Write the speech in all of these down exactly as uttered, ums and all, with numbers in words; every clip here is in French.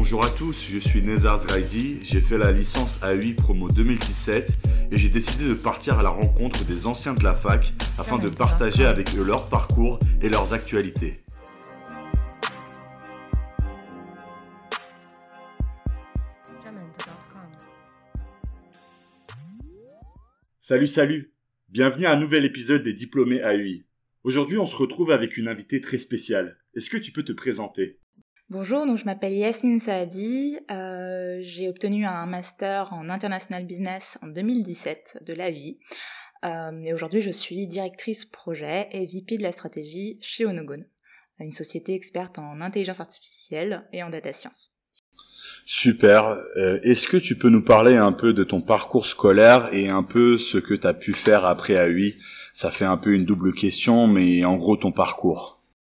Bonjour à tous, je suis Nezar Zraidi, j'ai fait la licence A U I promo deux mille dix-sept et j'ai décidé de partir à la rencontre des anciens de la fac afin de partager avec eux leur parcours et leurs actualités. Salut, salut! Bienvenue à un nouvel épisode des Diplômés A U I. Aujourd'hui, on se retrouve avec une invitée très spéciale. Est-ce que tu peux te présenter? Bonjour, donc je m'appelle Yasmine Saadi, euh, j'ai obtenu un master en International Business en deux mille dix-sept de l'A U I euh, et aujourd'hui je suis directrice projet et V P de la stratégie chez Onogone, une société experte en intelligence artificielle et en data science. Super. Euh, est-ce que tu peux nous parler un peu de ton parcours scolaire et un peu ce que tu as pu faire après A U I? Ça fait un peu une double question, mais en gros ton parcours.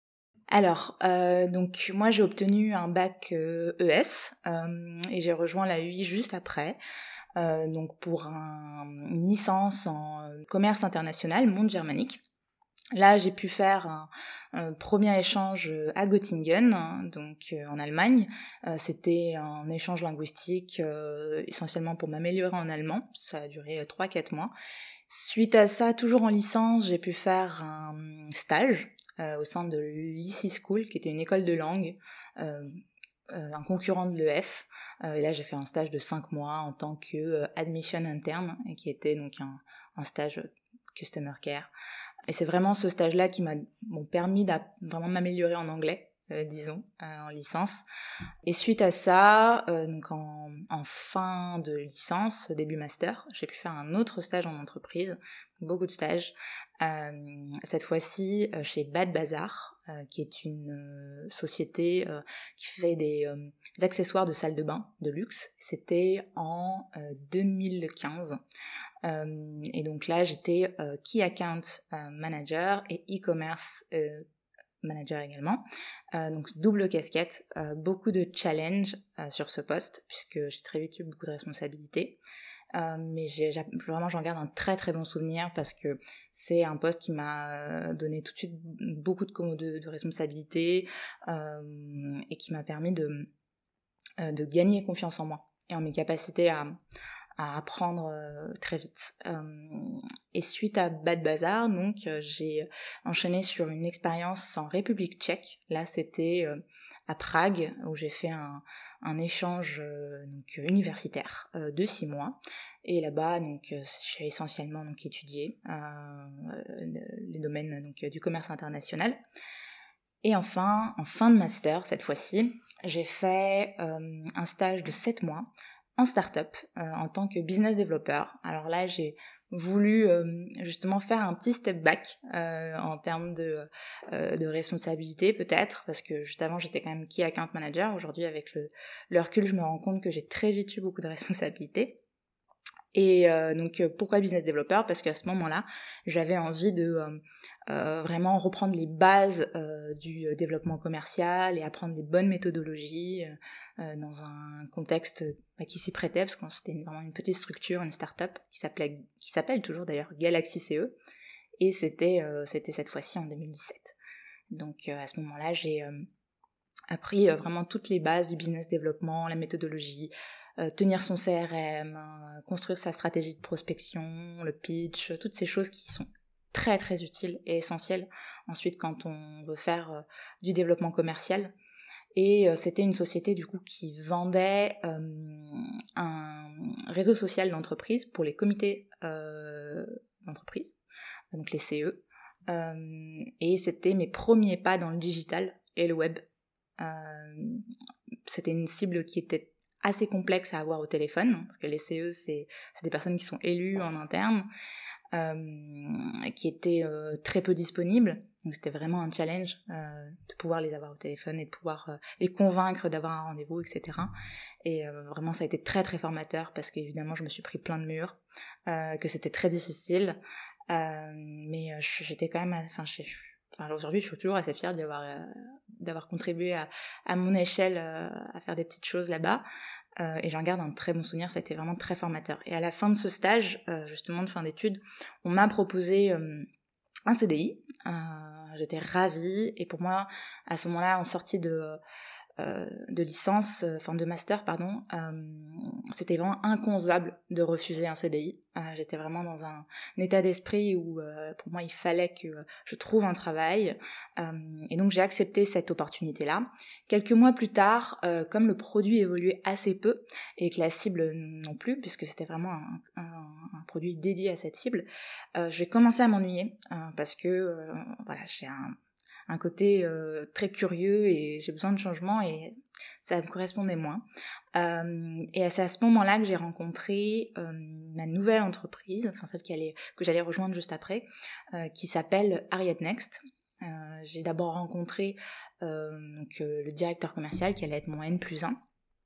Alors, euh, donc moi j'ai obtenu un bac euh, E S euh, et j'ai rejoint l'A U I juste après, euh, donc pour un, une licence en commerce international, monde germanique. Là, j'ai pu faire un, un premier échange à Göttingen, donc euh, en Allemagne. Euh, c'était un échange linguistique euh, essentiellement pour m'améliorer en allemand. Ça a duré trois à quatre mois. Suite à ça, toujours en licence, j'ai pu faire un stage euh, au sein de l'E C School, qui était une école de langue, euh, euh, un concurrent de l'E F. Euh, et là, j'ai fait un stage de cinq mois en tant que euh, admission interne, et qui était donc un, un stage customer care. Et c'est vraiment ce stage-là qui m'a bon, permis de vraiment m'améliorer en anglais, euh, disons, euh, en licence. Et suite à ça, euh, donc en, en fin de licence, début master, j'ai pu faire un autre stage en entreprise, beaucoup de stages, euh, cette fois-ci euh, chez Bad Bazaar, euh, qui est une euh, société euh, qui fait des, euh, des accessoires de salle de bain de luxe. C'était en euh, deux mille quinze. Euh, et donc là, j'étais euh, Key Account euh, Manager et e-commerce euh, Manager également. Euh, donc double casquette, euh, beaucoup de challenges euh, sur ce poste, puisque j'ai très vite eu beaucoup de responsabilités. Euh, mais j'ai, j'ai, vraiment j'en garde un très très bon souvenir parce que c'est un poste qui m'a donné tout de suite beaucoup de, de, de responsabilités euh, et qui m'a permis de, euh, de gagner confiance en moi et en mes capacités à à apprendre euh, très vite. Euh, et suite à Bad Bazaar, donc euh, j'ai enchaîné sur une expérience en République tchèque. Là, c'était euh, à Prague, où j'ai fait un, un échange euh, donc, universitaire euh, de six mois. Et là-bas, donc, euh, j'ai essentiellement donc, étudié euh, les domaines donc, du commerce international. Et enfin, en fin de master, cette fois-ci, j'ai fait euh, un stage de sept mois en start-up euh, en tant que business developer. Alors là, j'ai voulu euh, justement faire un petit step back euh, en termes de, euh, de responsabilité peut-être, parce que juste avant, j'étais quand même key account manager. Aujourd'hui, avec le, le recul, je me rends compte que j'ai très vite eu beaucoup de responsabilités. Et euh, donc pourquoi business developer? Parce qu'à ce moment-là, j'avais envie de euh, euh, vraiment reprendre les bases euh, du développement commercial et apprendre les bonnes méthodologies euh, dans un contexte bah, qui s'y prêtait, parce que c'était une, vraiment une petite structure, une start-up qui s'appelait, qui s'appelle toujours d'ailleurs Galaxy C E, et c'était euh, c'était cette fois-ci en deux mille dix-sept. Donc euh, à ce moment-là, j'ai euh, appris euh, vraiment toutes les bases du business développement, la méthodologie, euh, tenir son C R M, euh, construire sa stratégie de prospection, le pitch, toutes ces choses qui sont très très utiles et essentielles ensuite quand on veut faire euh, du développement commercial. Et euh, c'était une société du coup qui vendait euh, un réseau social d'entreprise pour les comités euh, d'entreprise, donc les C E. Euh, et c'était mes premiers pas dans le digital et le web. Euh, c'était une cible qui était assez complexe à avoir au téléphone, parce que les C E, c'est, c'est des personnes qui sont élues en interne, euh, qui étaient euh, très peu disponibles. Donc c'était vraiment un challenge euh, de pouvoir les avoir au téléphone et de pouvoir euh, les convaincre d'avoir un rendez-vous, et cetera. Et euh, vraiment, ça a été très très formateur, parce qu'évidemment, je me suis pris plein de murs, euh, que c'était très difficile, euh, mais euh, j'étais quand même... Enfin, je, Enfin, aujourd'hui, je suis toujours assez fière d'avoir, euh, d'avoir contribué à, à mon échelle euh, à faire des petites choses là-bas. Euh, et j'en garde un très bon souvenir, ça a été vraiment très formateur. Et à la fin de ce stage, euh, justement de fin d'études, on m'a proposé euh, un C D I. Euh, j'étais ravie. Et pour moi, à ce moment-là, en sortie de, euh, de licence, enfin euh, de master, pardon, euh, c'était vraiment inconcevable de refuser un C D I. Euh, j'étais vraiment dans un, un état d'esprit où euh, pour moi il fallait que je trouve un travail, euh, et donc j'ai accepté cette opportunité-là. Quelques mois plus tard, euh, comme le produit évoluait assez peu et que la cible non plus, puisque c'était vraiment un, un, un produit dédié à cette cible, euh, j'ai commencé à m'ennuyer euh, parce que euh, voilà, j'ai un un côté euh, très curieux et j'ai besoin de changement et ça me correspondait moins. Euh, et c'est à ce moment-là que j'ai rencontré euh, ma nouvelle entreprise, enfin celle qui allait, que j'allais rejoindre juste après, euh, qui s'appelle Ariad Next. Euh, j'ai d'abord rencontré euh, donc, euh, le directeur commercial qui allait être mon N plus un.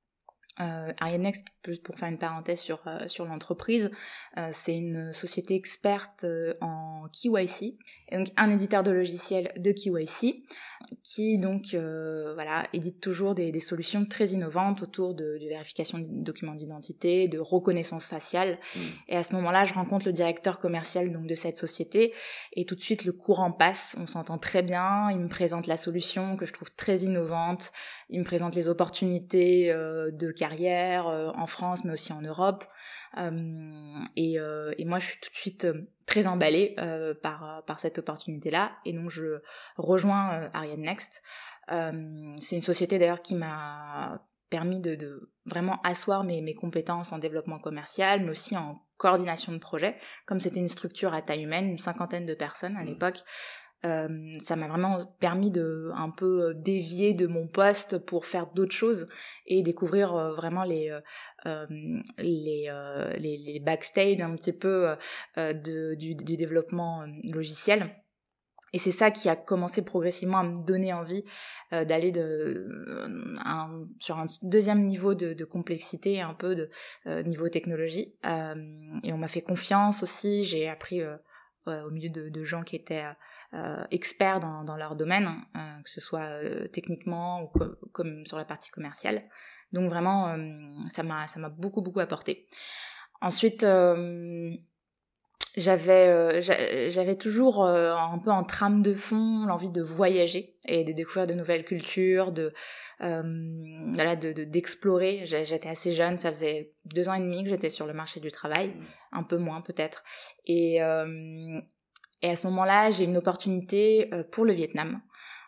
Euh, Ariad Next, juste pour faire une parenthèse sur, euh, sur l'entreprise, euh, c'est une société experte euh, en K Y C, et donc un éditeur de logiciels de K Y C, qui donc euh, voilà, édite toujours des, des solutions très innovantes autour de, de vérification de documents d'identité, de reconnaissance faciale. Mmh. Et à ce moment-là, je rencontre le directeur commercial donc, de cette société, et tout de suite le courant passe, on s'entend très bien, il me présente la solution que je trouve très innovante, il me présente les opportunités euh, de carrière carrière euh, en France mais aussi en Europe, euh, et, euh, et moi je suis tout de suite euh, très emballée euh, par, par cette opportunité là, et donc je rejoins euh, Ariad Next. Euh, c'est une société d'ailleurs qui m'a permis de, de vraiment asseoir mes, mes compétences en développement commercial mais aussi en coordination de projet, comme c'était une structure à taille humaine, une cinquantaine de personnes à l'époque. Euh, ça m'a vraiment permis de un peu dévier de mon poste pour faire d'autres choses et découvrir euh, vraiment les euh, les, euh, les les backstage un petit peu euh, de, du, du développement logiciel. Et c'est ça qui a commencé progressivement à me donner envie euh, d'aller de, euh, un, sur un deuxième niveau de, de complexité, un peu de euh, niveau technologie. Euh, et on m'a fait confiance aussi, j'ai appris euh, euh, au milieu de, de gens qui étaient euh, experts dans, dans leur domaine, euh, que ce soit euh, techniquement ou co- comme sur la partie commerciale. Donc vraiment, euh, ça m'a, ça m'a beaucoup, beaucoup apporté. Ensuite... Euh, J'avais, euh, j'avais toujours euh, un peu en trame de fond l'envie de voyager et de découvrir de nouvelles cultures, de, euh, voilà, de, de, d'explorer. J'étais assez jeune, ça faisait deux ans et demi que j'étais sur le marché du travail, un peu moins peut-être. Et, euh, et à ce moment-là, j'ai une opportunité pour le Vietnam.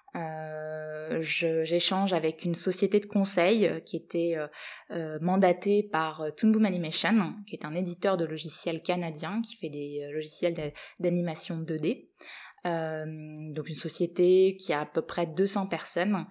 Euh, je, j'échange avec une société de conseil euh, qui était euh, euh, mandatée par euh, Toon Boom Animation, qui est un éditeur de logiciels canadien qui fait des euh, logiciels d'a- d'animation deux D. Euh, donc une société qui a à peu près deux cents personnes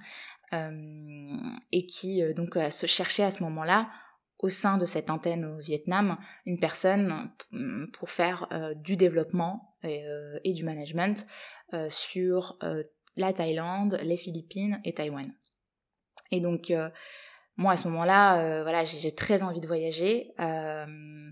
euh, et qui euh, donc a se cherchait à ce moment-là au sein de cette antenne au Vietnam une personne p- pour faire euh, du développement et, euh, et du management euh, sur euh, la Thaïlande, les Philippines et Taïwan. Et donc, euh, moi, à ce moment-là, euh, voilà, j'ai, j'ai très envie de voyager. Euh,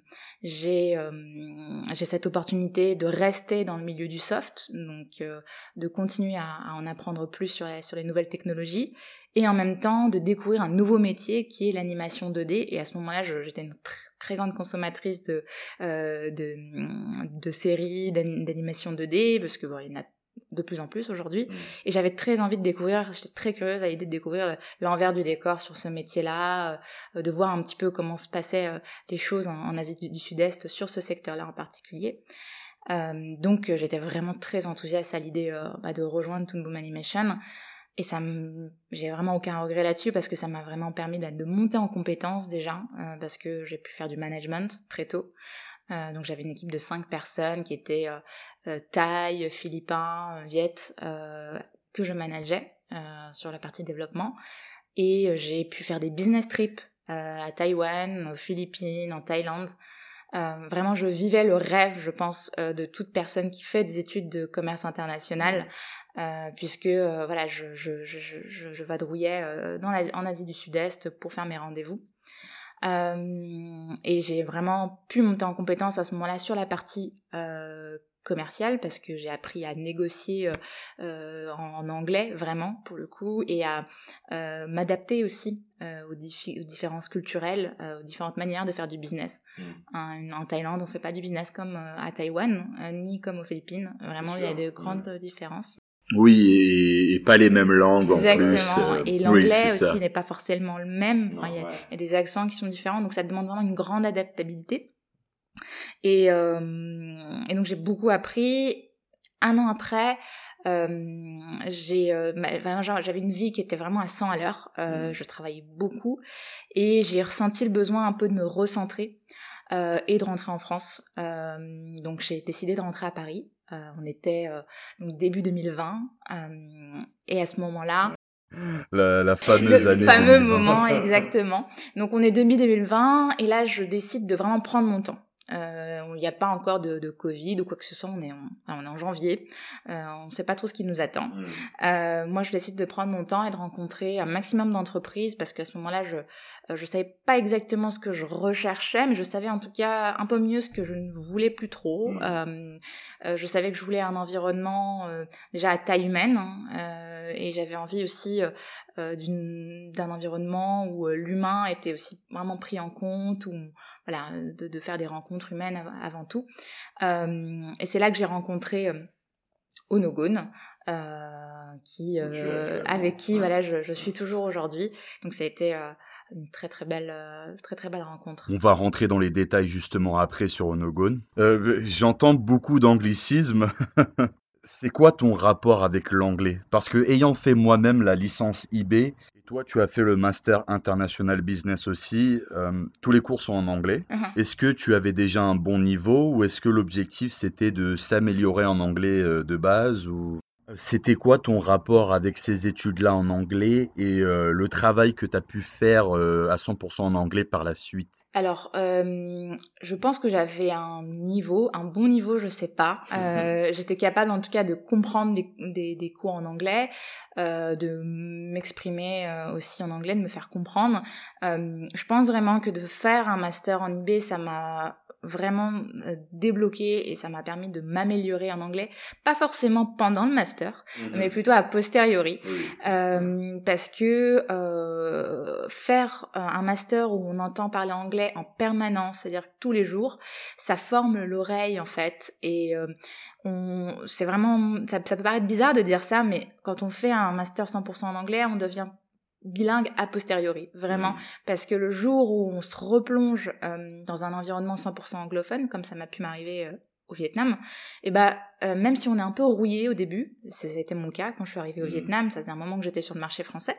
j'ai, euh, j'ai cette opportunité de rester dans le milieu du soft, donc euh, de continuer à, à en apprendre plus sur, la, sur les nouvelles technologies, et en même temps de découvrir un nouveau métier qui est l'animation deux D. Et à ce moment-là, je, j'étais une tr- très grande consommatrice de, euh, de, de séries d'anim- d'animation deux D, parce que bon, il y en a de plus en plus aujourd'hui, mmh. Et j'avais très envie de découvrir, j'étais très curieuse à l'idée de découvrir l'envers du décor sur ce métier-là, euh, de voir un petit peu comment se passaient euh, les choses en, en Asie du, du Sud-Est sur ce secteur-là en particulier. Euh, donc euh, j'étais vraiment très enthousiaste à l'idée euh, bah, de rejoindre Toon Boom Animation, et ça m... j'ai vraiment aucun regret là-dessus parce que ça m'a vraiment permis bah, de monter en compétences déjà, euh, parce que j'ai pu faire du management très tôt. Euh, donc j'avais une équipe de cinq personnes qui étaient euh, euh, Thaï, Philippins, Viet, euh, que je manageais euh, sur la partie développement. Et euh, j'ai pu faire des business trips euh, à Taïwan, aux Philippines, en Thaïlande. Euh, vraiment, je vivais le rêve, je pense, euh, de toute personne qui fait des études de commerce international, euh, puisque euh, voilà, je, je, je, je, je vadrouillais euh, dans l'Asie, en Asie du Sud-Est pour faire mes rendez-vous. Euh, et j'ai vraiment pu monter en compétence à ce moment-là sur la partie euh, commerciale, parce que j'ai appris à négocier euh, en, en anglais vraiment pour le coup, et à euh, m'adapter aussi euh, aux, diffi- aux différences culturelles, euh, aux différentes manières de faire du business. Mmh. En, en Thaïlande, on fait pas du business comme euh, à Taïwan, euh, ni comme aux Philippines. Vraiment, il y a de grandes différences. Oui, et, et pas les mêmes langues Exactement. en plus. Euh, et l'anglais oui, c'est aussi ça. n'est pas forcément le même. Enfin, il y, a, Ouais. il y a des accents qui sont différents, donc ça demande vraiment une grande adaptabilité. Et, euh, et donc j'ai beaucoup appris. Un an après, euh, j'ai, euh, bah, genre, j'avais une vie qui était vraiment à cent à l'heure. Euh, mmh. Je travaillais beaucoup et j'ai ressenti le besoin un peu de me recentrer euh, et de rentrer en France. Euh, donc j'ai décidé de rentrer à Paris. Euh, on était euh, donc début deux mille vingt euh, et à ce moment-là, la, la fameuse le année fameux deux mille vingt. moment exactement. Donc on est début deux mille vingt et là je décide de vraiment prendre mon temps. Euh, il n'y a pas encore de, de Covid ou quoi que ce soit, on est en, on est en janvier, euh, on ne sait pas trop ce qui nous attend. Mmh. Euh, moi, je décide de prendre mon temps et de rencontrer un maximum d'entreprises parce qu'à ce moment-là, je je savais pas exactement ce que je recherchais, mais je savais en tout cas un peu mieux ce que je ne voulais plus trop. Mmh. Euh, euh, je savais que je voulais un environnement euh, déjà à taille humaine hein, euh, et j'avais envie aussi euh, d'une, d'un environnement où euh, l'humain était aussi vraiment pris en compte, où voilà, de, de faire des rencontres humaines av- avant tout. Euh, et c'est là que j'ai rencontré euh, Onogone, euh, qui, euh, avec qui ouais. voilà, je, je suis toujours aujourd'hui. Donc ça a été euh, une très très belle, euh, très très belle rencontre. On va rentrer dans les détails justement après sur Onogone. Euh, j'entends beaucoup d'anglicismes. C'est quoi ton rapport avec l'anglais? Parce que ayant fait moi-même la licence I B, et toi tu as fait le master international business aussi, euh, tous les cours sont en anglais. Uh-huh. Est-ce que tu avais déjà un bon niveau ou est-ce que l'objectif c'était de s'améliorer en anglais euh, de base ou c'était quoi ton rapport avec ces études-là en anglais et euh, le travail que tu as pu faire euh, à cent pour cent en anglais par la suite? Alors, euh, je pense que j'avais un niveau, un bon niveau, je sais pas. Euh, j'étais capable, en tout cas, de comprendre des, des, des cours en anglais, euh, de m'exprimer euh, aussi en anglais, de me faire comprendre. Euh, je pense vraiment que de faire un master en I B, ça m'a vraiment euh, débloqué et ça m'a permis de m'améliorer en anglais. Pas forcément pendant le master, mm-hmm. mais plutôt a posteriori. Oui. Euh, parce que euh, faire un master où on entend parler anglais en permanence, c'est-à-dire tous les jours, ça forme l'oreille en fait et euh, on, c'est vraiment, ça, ça peut paraître bizarre de dire ça, mais quand on fait un master cent pour cent en anglais, on devient bilingue a posteriori, vraiment, mmh. parce que le jour où on se replonge euh, dans un environnement cent pour cent anglophone, comme ça m'a pu m'arriver euh, au Vietnam, et ben euh, même si on est un peu rouillé au début, c'était mon cas quand je suis arrivée au mmh. Vietnam, ça faisait un moment que j'étais sur le marché français.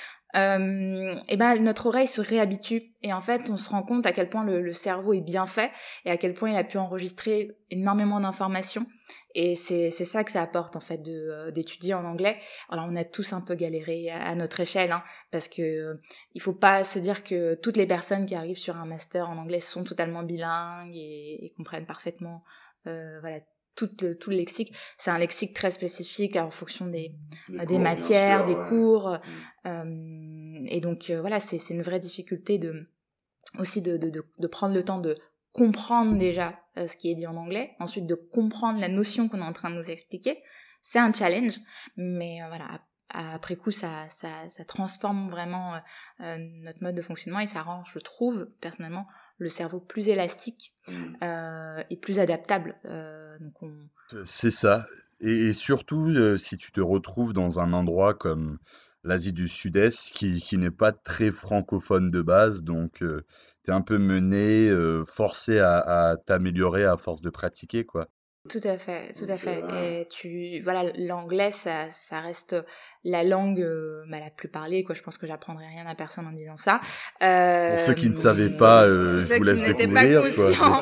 Euh, et ben notre oreille se réhabitue et en fait on se rend compte à quel point le, le cerveau est bien fait et à quel point il a pu enregistrer énormément d'informations et c'est c'est ça que ça apporte en fait de euh, d'étudier en anglais. Alors on a tous un peu galéré à, à notre échelle hein, parce que euh, il faut pas se dire que toutes les personnes qui arrivent sur un master en anglais sont totalement bilingues et, et comprennent parfaitement euh, voilà Tout le, tout le lexique, c'est un lexique très spécifique en fonction des, des, des cours, matières, sûr, des ouais. cours. Mmh. Euh, et donc, euh, voilà, c'est, c'est une vraie difficulté de, aussi de, de, de, de prendre le temps de comprendre déjà euh, ce qui est dit en anglais, ensuite de comprendre la notion qu'on est en train de nous expliquer. C'est un challenge, mais euh, voilà, après coup, ça, ça, ça transforme vraiment euh, notre mode de fonctionnement et ça rend, je trouve, personnellement, le cerveau plus élastique euh, et plus adaptable. Euh, donc on... C'est ça. Et, et surtout, euh, si tu te retrouves dans un endroit comme l'Asie du Sud-Est, qui, qui n'est pas très francophone de base, donc euh, tu es un peu mené, euh, forcé à, à t'améliorer à force de pratiquer, quoi. Tout à fait, tout à fait. Et tu, voilà, l'anglais, ça, ça reste la langue euh, bah, la plus parlée, quoi. Je pense que j'apprendrai rien à personne en disant ça. Euh, pour ceux qui ne savaient pas, euh, je vous laisse découvrir. Pour ceux qui n'étaient pas conscients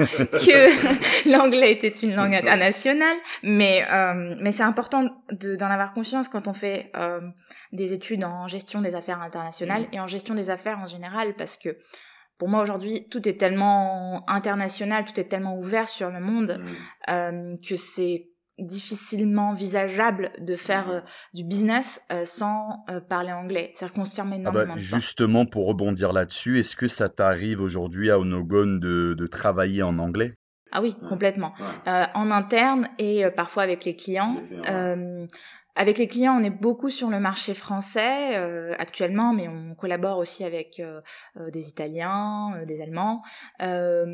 que l'anglais était une langue internationale, mais euh, mais c'est important de, d'en avoir conscience quand on fait euh, des études en gestion des affaires internationales et en gestion des affaires en général, parce que pour moi, aujourd'hui, tout est tellement international, tout est tellement ouvert sur le monde mmh. euh, que c'est difficilement envisageable de faire euh, du business euh, sans euh, parler anglais. C'est-à-dire qu'on se ferme énormément ah bah, de justement, pour rebondir là-dessus, est-ce que ça t'arrive aujourd'hui à Onogone de, de travailler en anglais ? Ah oui, ouais. complètement. Ouais. Euh, en interne et euh, parfois avec les clients. Euh, Avec les clients, on est beaucoup sur le marché français euh, actuellement, mais on collabore aussi avec euh, euh, des Italiens, euh, des Allemands. Euh,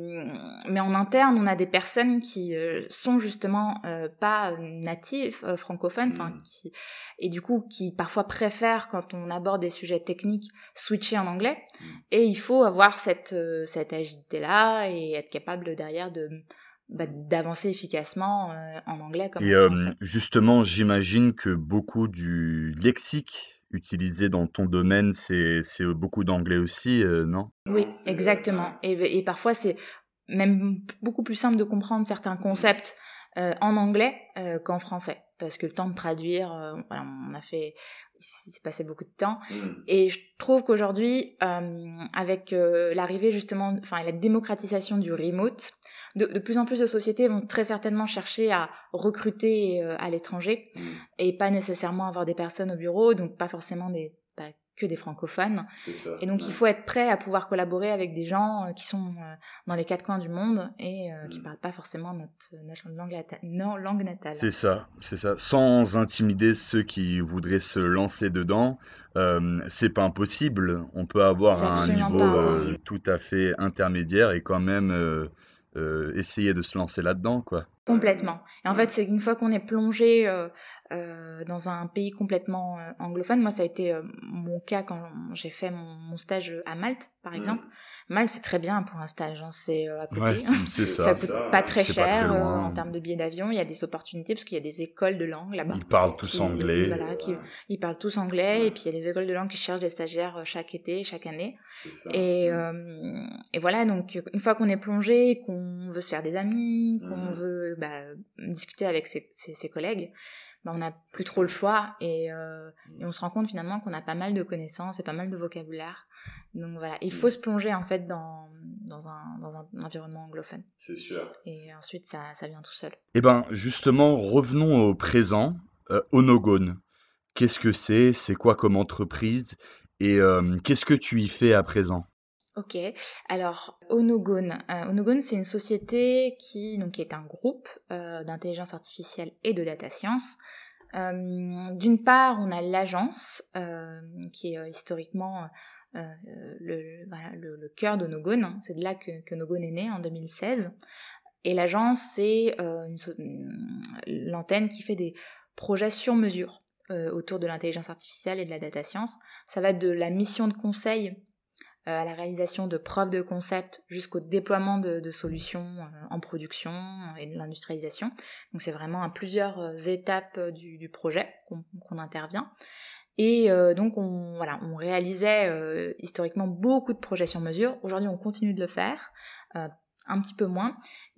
mais en interne, on a des personnes qui euh, sont justement euh, pas natives euh, francophones, enfin Mmh. qui et du coup qui parfois préfèrent quand on aborde des sujets techniques switcher en anglais. Mmh. Et il faut avoir cette euh, cette agilité-là et être capable derrière de Bah, d'avancer efficacement euh, en anglais comme Et en euh, français. justement, j'imagine que beaucoup du lexique utilisé dans ton domaine, c'est, c'est beaucoup d'anglais aussi, euh, non? Oui, exactement. Et, et parfois, c'est même beaucoup plus simple de comprendre certains concepts euh, en anglais euh, qu'en français. Parce que le temps de traduire, euh, voilà, on a fait, il s'est passé beaucoup de temps. Mm. Et je trouve qu'aujourd'hui, euh, avec euh, l'arrivée justement, enfin la démocratisation du remote, de, de plus en plus de sociétés vont très certainement chercher à recruter euh, à l'étranger mm. et pas nécessairement avoir des personnes au bureau, donc pas forcément des bah, que des francophones. C'est ça. Et donc Ouais. il faut être prêt à pouvoir collaborer avec des gens euh, qui sont euh, dans les quatre coins du monde et euh, mm. qui parlent pas forcément notre, notre langue, lata- non, langue natale. C'est ça, c'est ça. Sans intimider ceux qui voudraient se lancer dedans, euh, c'est pas impossible. On peut avoir C'est un absolument niveau pas euh, impossible. tout à fait intermédiaire et quand même euh, euh, essayer de se lancer là-dedans, quoi. Complètement. Et en fait, c'est qu'une fois qu'on est plongé euh, euh, dans un pays complètement euh, anglophone, moi ça a été euh, mon cas quand j'ai fait mon, mon stage à Malte, par exemple. Mmh. Malte, c'est très bien pour un stage, hein, c'est euh, à côté. Ouais, c'est ça. Ça coûte pas très c'est cher pas très euh, loin. en termes de billets d'avion. Il y a des opportunités parce qu'il y a des écoles de langue là-bas. Ils parlent tous qui, anglais. Voilà, qui, ils parlent tous anglais ouais. Et puis il y a des écoles de langue qui cherchent des stagiaires chaque été, chaque année. Et, mmh. euh, et voilà, donc une fois qu'on est plongé, qu'on veut se faire des amis, qu'on mmh. veut bah, discuter avec ses, ses, ses collègues, bah, on n'a plus trop le choix et, euh, et on se rend compte finalement qu'on a pas mal de connaissances et pas mal de vocabulaire. Donc voilà, il faut mmh. se plonger en fait dans, dans, un, dans un environnement anglophone. C'est sûr. Et ensuite ça, ça vient tout seul. Eh ben justement, revenons au présent. Euh, Onogone, qu'est-ce que c'est? C'est quoi comme entreprise? Et euh, qu'est-ce que tu y fais à présent? Ok, alors Onogone, euh, Onogone c'est une société qui, donc, qui est un groupe euh, d'intelligence artificielle et de data science. Euh, d'une part, on a l'agence euh, qui est euh, historiquement euh, le, voilà, le, le cœur d'Onogone, c'est de là que, que Onogone est né en deux mille seize. Et l'agence, c'est euh, une, l'antenne qui fait des projets sur mesure euh, autour de l'intelligence artificielle et de la data science. Ça va de la mission de conseil à la réalisation de preuves de concept jusqu'au déploiement de, de solutions en production et de l'industrialisation. Donc c'est vraiment à plusieurs étapes du, du projet qu'on, qu'on intervient. Et euh, donc on, voilà, on réalisait euh, historiquement beaucoup de projets sur mesure. Aujourd'hui on continue de le faire, euh, un petit peu moins.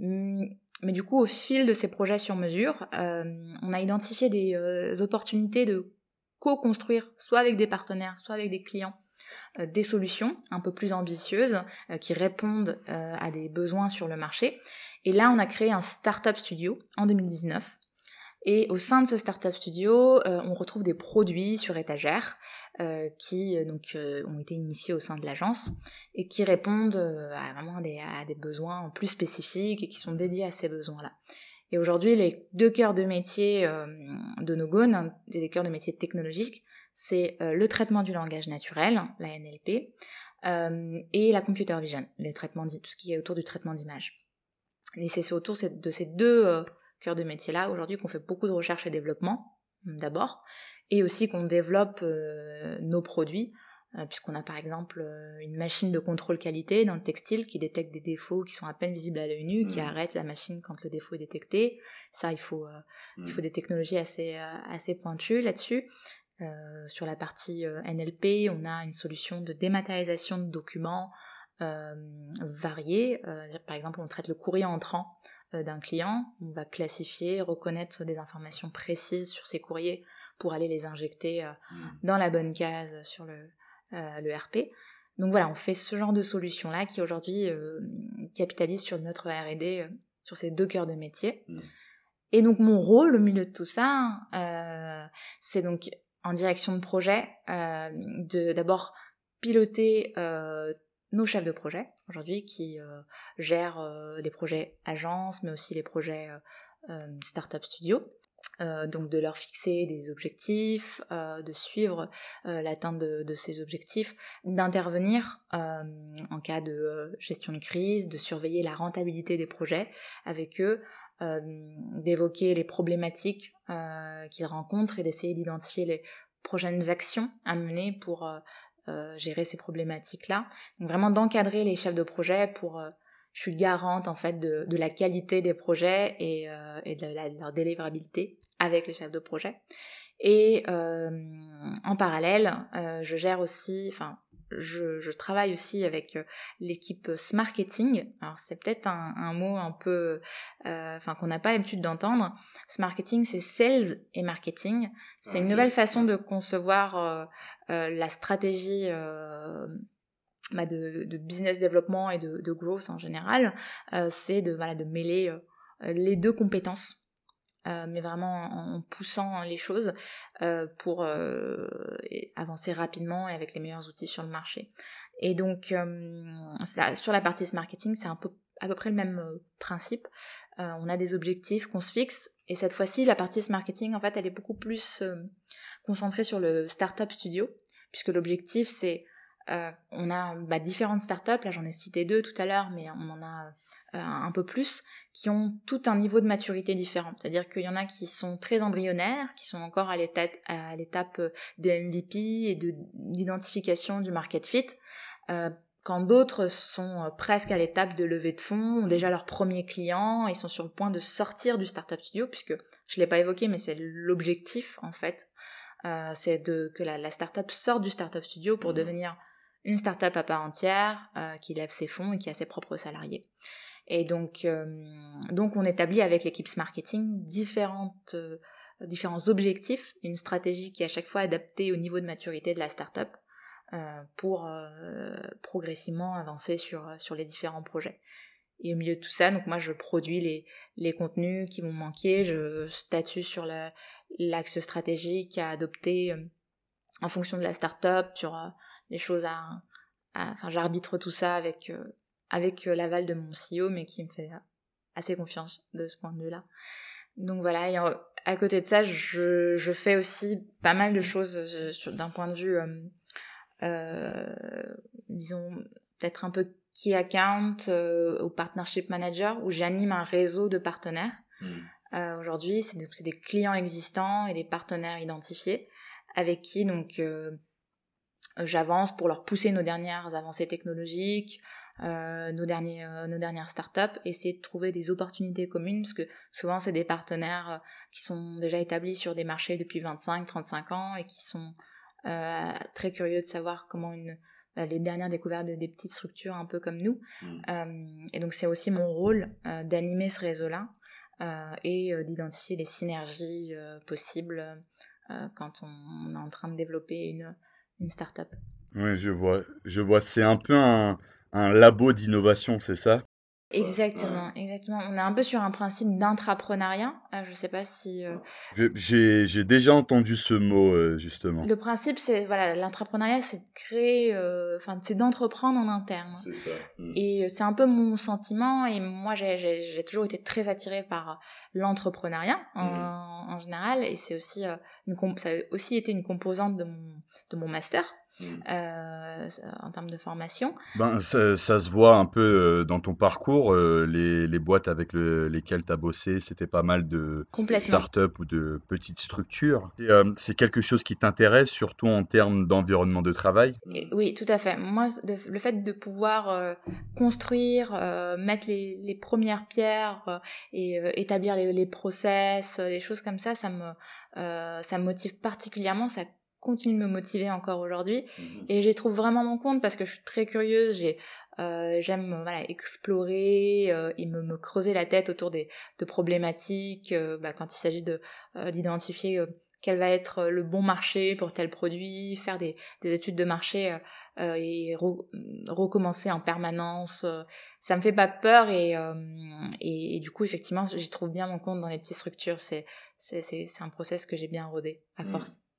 Mais du coup au fil de ces projets sur mesure, euh, on a identifié des euh, opportunités de co-construire soit avec des partenaires, soit avec des clients, des solutions un peu plus ambitieuses euh, qui répondent euh, à des besoins sur le marché. Et là, on a créé un Startup Studio en deux mille dix-neuf. Et au sein de ce Startup Studio, euh, on retrouve des produits sur étagère euh, qui donc, euh, ont été initiés au sein de l'agence et qui répondent euh, à, vraiment des, à des besoins plus spécifiques et qui sont dédiés à ces besoins-là. Et aujourd'hui, les deux cœurs de métier euh, d'Onogone, c'est des cœurs de métier technologiques, c'est euh, le traitement du langage naturel, la N L P, euh, et la computer vision, le traitement, tout ce qui est autour du traitement d'image. Et c'est autour de ces deux euh, cœurs de métier-là, aujourd'hui, qu'on fait beaucoup de recherche et développement, d'abord, et aussi qu'on développe euh, nos produits, euh, puisqu'on a par exemple euh, une machine de contrôle qualité dans le textile qui détecte des défauts qui sont à peine visibles à l'œil nu, mmh. qui arrête la machine quand le défaut est détecté. Ça, il faut, euh, mmh. il faut des technologies assez, euh, assez pointues là-dessus. Euh, sur la partie euh, N L P, on a une solution de dématérialisation de documents euh, variés. Euh, par exemple, on traite le courrier entrant euh, d'un client, on va classifier, reconnaître des informations précises sur ces courriers pour aller les injecter euh, mmh. dans la bonne case sur le, euh, le R P. Donc voilà, on fait ce genre de solution-là qui aujourd'hui euh, capitalise sur notre R et D, euh, sur ces deux cœurs de métier. Mmh. Et donc mon rôle au milieu de tout ça, euh, c'est donc en direction de projet, euh, de d'abord piloter euh, nos chefs de projet aujourd'hui qui euh, gèrent euh, les projets agences, mais aussi les projets euh, startup studio. Euh, donc de leur fixer des objectifs, euh, de suivre euh, l'atteinte de, de ces objectifs, d'intervenir euh, en cas de euh, gestion de crise, de surveiller la rentabilité des projets avec eux, euh, d'évoquer les problématiques euh, qu'ils rencontrent et d'essayer d'identifier les prochaines actions à mener pour euh, euh, gérer ces problématiques-là. Donc vraiment d'encadrer les chefs de projet pour... Euh, je suis garante en fait de, de la qualité des projets et, euh, et de, la, de leur délivrabilité avec les chefs de projet. Et euh, en parallèle, euh, je gère aussi, enfin, je, je travaille aussi avec l'équipe Smarketing. Alors c'est peut-être un, un mot un peu, euh, enfin qu'on n'a pas l'habitude d'entendre. Smarketing, c'est sales et marketing. C'est okay. Une nouvelle façon de concevoir euh, euh, la stratégie. Euh, Bah de, de business développement et de, de growth en général, euh, c'est de, voilà, de mêler euh, les deux compétences, euh, mais vraiment en, en poussant les choses euh, pour euh, avancer rapidement et avec les meilleurs outils sur le marché. Et donc, euh, ça, sur la partie marketing, c'est un peu, à peu près le même euh, principe. Euh, on a des objectifs qu'on se fixe, et cette fois-ci, la partie marketing, en fait, elle est beaucoup plus euh, concentrée sur le Startup Studio, puisque l'objectif, c'est Euh, on a bah, différentes startups, là j'en ai cité deux tout à l'heure, mais on en a euh, un peu plus, qui ont tout un niveau de maturité différent. C'est-à-dire qu'il y en a qui sont très embryonnaires, qui sont encore à l'étape, à l'étape de M V P et de, d'identification du market fit, euh, quand d'autres sont presque à l'étape de levée de fonds, ont déjà leurs premiers clients et sont sur le point de sortir du Startup Studio, puisque je ne l'ai pas évoqué, mais c'est l'objectif en fait, euh, c'est de, que la, la startup sorte du Startup Studio pour mmh. devenir une start-up à part entière, euh, qui lève ses fonds et qui a ses propres salariés. Et donc, euh, donc on établit avec l'équipe Marketing différentes, euh, différents objectifs, une stratégie qui est à chaque fois adaptée au niveau de maturité de la start-up euh, pour euh, progressivement avancer sur, sur les différents projets. Et au milieu de tout ça, donc moi je produis les, les contenus qui vont manquer, je statue sur la, l'axe stratégique à adopter euh, en fonction de la start-up, sur euh, les choses à, à... Enfin, j'arbitre tout ça avec, euh, avec euh, l'aval de mon C E O, mais qui me fait assez confiance de ce point de vue-là. Donc voilà, et euh, à côté de ça, je, je fais aussi pas mal de choses euh, sur, d'un point de vue, euh, euh, disons, peut-être un peu key account euh, ou partnership manager, où j'anime un réseau de partenaires. Mmh. Euh, aujourd'hui, c'est, c'est des clients existants et des partenaires identifiés avec qui donc euh, j'avance pour leur pousser nos dernières avancées technologiques, euh, nos, derniers, euh, nos dernières startups, essayer de trouver des opportunités communes, parce que souvent c'est des partenaires euh, qui sont déjà établis sur des marchés depuis vingt-cinq trente-cinq ans et qui sont euh, très curieux de savoir comment une, bah, les dernières découvertes de, des petites structures un peu comme nous. Mmh. Euh, et donc c'est aussi mon rôle euh, d'animer ce réseau-là euh, et euh, d'identifier les synergies euh, possibles euh, quand on est en train de développer une une start-up. Oui, je vois. Je vois. C'est un peu un, un labo d'innovation, c'est ça? Exactement, ouais. exactement. On est un peu sur un principe d'intrapreneuriat. Euh, je ne sais pas si... Euh... J'ai, j'ai déjà entendu ce mot, euh, justement. Le principe, c'est... Voilà, l'intrapreneuriat, c'est de créer... Enfin, euh, c'est d'entreprendre en interne. C'est ça. Mmh. Et c'est un peu mon sentiment. Et moi, j'ai, j'ai, j'ai toujours été très attirée par l'entrepreneuriat, en, mmh. en général. Et c'est aussi... Euh, une comp- ça a aussi été une composante de mon, de mon master. Mmh. Euh, en termes de formation. Ben, ça, ça se voit un peu euh, dans ton parcours. Euh, les, les boîtes avec le, lesquelles tu as bossé, c'était pas mal de start-up ou de petites structures. Et, euh, c'est quelque chose qui t'intéresse, surtout en termes d'environnement de travail? Et, oui, tout à fait. Moi, de, le fait de pouvoir euh, construire, euh, mettre les, les premières pierres euh, et euh, établir les, les process, les choses comme ça, ça me, euh, ça me motive particulièrement. Ça continue de me motiver encore aujourd'hui, mmh. et j'y trouve vraiment mon compte parce que je suis très curieuse, j'ai, euh, j'aime voilà, explorer euh, et me, me creuser la tête autour des, de problématiques, euh, bah, quand il s'agit de, euh, d'identifier euh, quel va être le bon marché pour tel produit, faire des, des études de marché euh, et re, recommencer en permanence, euh, ça me fait pas peur et, euh, et, et du coup effectivement j'y trouve bien mon compte dans les petites structures, c'est, c'est, c'est, c'est un process que j'ai bien rodé à force. Mmh.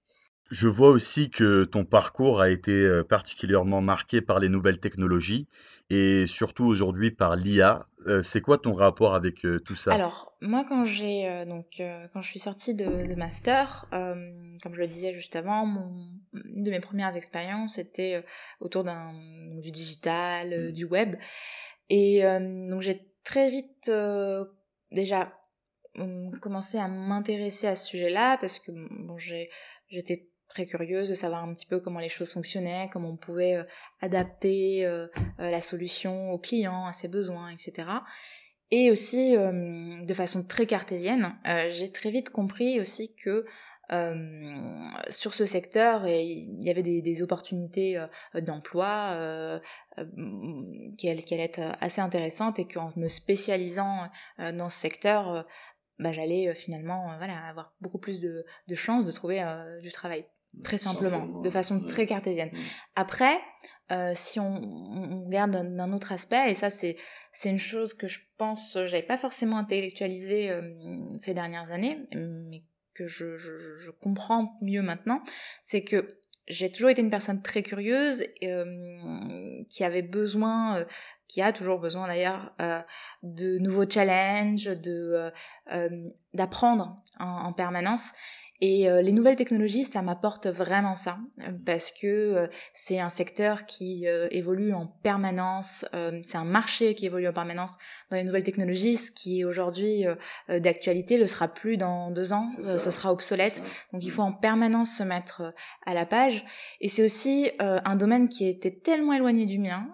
Je vois aussi que ton parcours a été euh, particulièrement marqué par les nouvelles technologies et surtout aujourd'hui par l'I A. Euh, c'est quoi ton rapport avec euh, tout ça? Alors, moi, quand j'ai euh, donc euh, quand je suis sortie de, de master, euh, comme je le disais juste avant, mon, une de mes premières expériences était euh, autour d'un du digital, euh, du web, et euh, donc j'ai très vite euh, déjà euh, commencé à m'intéresser à ce sujet-là parce que bon, j'ai j'étais très curieuse de savoir un petit peu comment les choses fonctionnaient, comment on pouvait euh, adapter euh, euh, la solution aux clients, à ses besoins, et cetera. Et aussi, euh, de façon très cartésienne, euh, j'ai très vite compris aussi que euh, sur ce secteur, il y avait des, des opportunités euh, d'emploi euh, euh, qui, allaient, qui allaient être assez intéressantes et qu'en me spécialisant euh, dans ce secteur, euh, bah, j'allais euh, finalement euh, voilà, avoir beaucoup plus de, de chances de trouver euh, du travail. Très simplement, simplement, de façon très cartésienne. Après, euh, si on, on regarde d'un, d'un autre aspect, et ça c'est, c'est une chose que je pense, j'avais pas forcément intellectualisé euh, ces dernières années, mais que je, je, je comprends mieux maintenant, c'est que j'ai toujours été une personne très curieuse, euh, qui avait besoin, euh, qui a toujours besoin d'ailleurs, euh, de nouveaux challenges, de, euh, euh, d'apprendre en, en permanence. Et euh, les nouvelles technologies, ça m'apporte vraiment ça, parce que euh, c'est un secteur qui euh, évolue en permanence, euh, c'est un marché qui évolue en permanence dans les nouvelles technologies, ce qui est aujourd'hui euh, d'actualité le sera plus dans deux ans, euh, ce sera obsolète, donc il faut en permanence se mettre euh, à la page, et c'est aussi euh, un domaine qui était tellement éloigné du mien,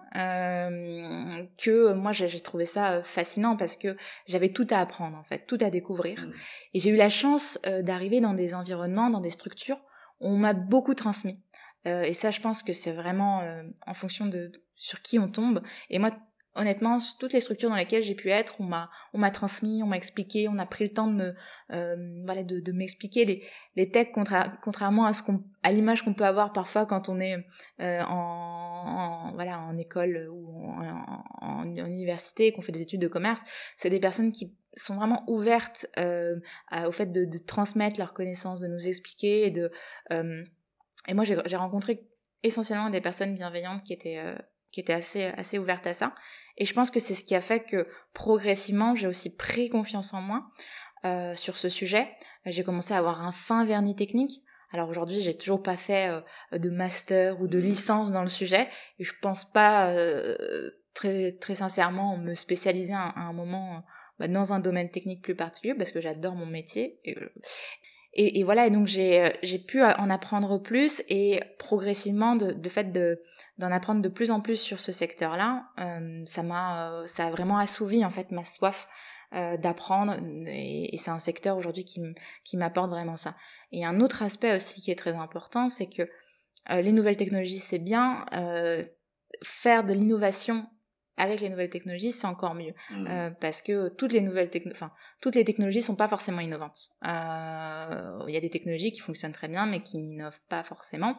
euh, que moi j'ai, j'ai trouvé ça fascinant, parce que j'avais tout à apprendre en fait, tout à découvrir, et j'ai eu la chance euh, d'arriver dans des environnements, dans des structures où on m'a beaucoup transmis. Euh, et ça, je pense que c'est vraiment euh, en fonction de, de sur qui on tombe. Et moi, honnêtement, toutes les structures dans lesquelles j'ai pu être, on m'a, on m'a transmis, on m'a expliqué, on a pris le temps de me, euh, voilà, de, de m'expliquer les, les techs, contra- contrairement à ce qu'on, à l'image qu'on peut avoir parfois quand on est euh, en, en, voilà, en école ou en, en, en, en université, qu'on fait des études de commerce. C'est des personnes qui sont vraiment ouvertes euh, à, au fait de, de transmettre leurs connaissances, de nous expliquer, et de euh, et moi j'ai, j'ai rencontré essentiellement des personnes bienveillantes qui étaient euh, qui étaient assez assez ouvertes à ça, et je pense que c'est ce qui a fait que progressivement j'ai aussi pris confiance en moi euh, sur ce sujet. J'ai commencé à avoir un fin vernis technique. Alors aujourd'hui, j'ai toujours pas fait euh, de master ou de licence dans le sujet, et je pense pas euh, très très sincèrement me spécialiser à, à un moment bah, dans un domaine technique plus particulier, parce que j'adore mon métier. Et, et, et voilà, et donc j'ai, j'ai pu en apprendre plus, et progressivement, de, de fait de, d'en apprendre de plus en plus sur ce secteur-là, euh, ça m'a, euh, ça a vraiment assouvi en fait ma soif euh, d'apprendre, et, et c'est un secteur aujourd'hui qui, m- qui m'apporte vraiment ça. Et un autre aspect aussi qui est très important, c'est que euh, les nouvelles technologies, c'est bien, euh, faire de l'innovation avec les nouvelles technologies, c'est encore mieux, mmh. euh, parce que toutes les nouvelles techno- enfin toutes les technologies sont pas forcément innovantes. Il euh, y a des technologies qui fonctionnent très bien, mais qui n'innovent pas forcément.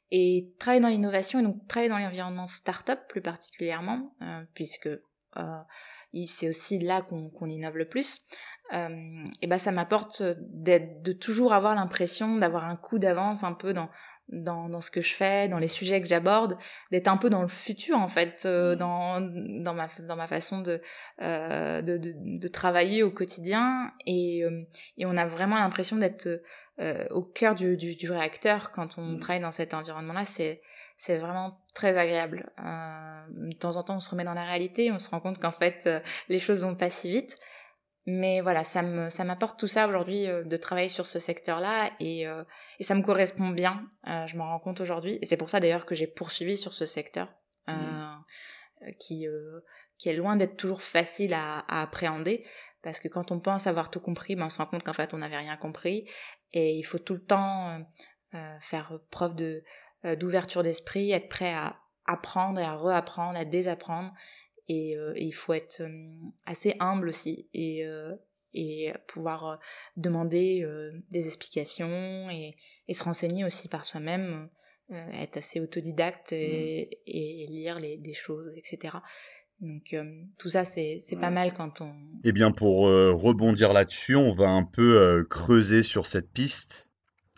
Et travailler dans l'innovation, et donc travailler dans l'environnement start-up plus particulièrement, euh, puisque euh, c'est aussi là qu'on, qu'on innove le plus. Euh, et ben ça m'apporte d'être, de toujours avoir l'impression d'avoir un coup d'avance un peu dans dans, dans ce que je fais, dans les sujets que j'aborde, d'être un peu dans le futur en fait, euh, dans, dans, ma, dans ma façon de, euh, de, de, de travailler au quotidien, et, euh, et on a vraiment l'impression d'être euh, au cœur du, du, du réacteur quand on travaille dans cet environnement-là. C'est, c'est vraiment très agréable. Euh, de temps en temps, on se remet dans la réalité, on se rend compte qu'en fait, euh, les choses vont pas si vite. Mais voilà, ça, me, ça m'apporte tout ça aujourd'hui euh, de travailler sur ce secteur-là, et, euh, et ça me correspond bien, euh, je m'en rends compte aujourd'hui. Et c'est pour ça d'ailleurs que j'ai poursuivi sur ce secteur, euh, mmh. qui, euh, qui est loin d'être toujours facile à, à appréhender, parce que quand on pense avoir tout compris, ben on se rend compte qu'en fait on n'avait rien compris, et il faut tout le temps euh, faire preuve de, euh, d'ouverture d'esprit, être prêt à apprendre et à réapprendre, à désapprendre. Et, euh, et il faut être euh, assez humble aussi, et, euh, et pouvoir euh, demander euh, des explications, et, et se renseigner aussi par soi-même, euh, être assez autodidacte, et, mmh. et lire les, des choses, et cetera. Donc euh, tout ça, c'est, c'est ouais. pas mal quand on... Eh bien, pour euh, rebondir là-dessus, on va un peu euh, creuser sur cette piste.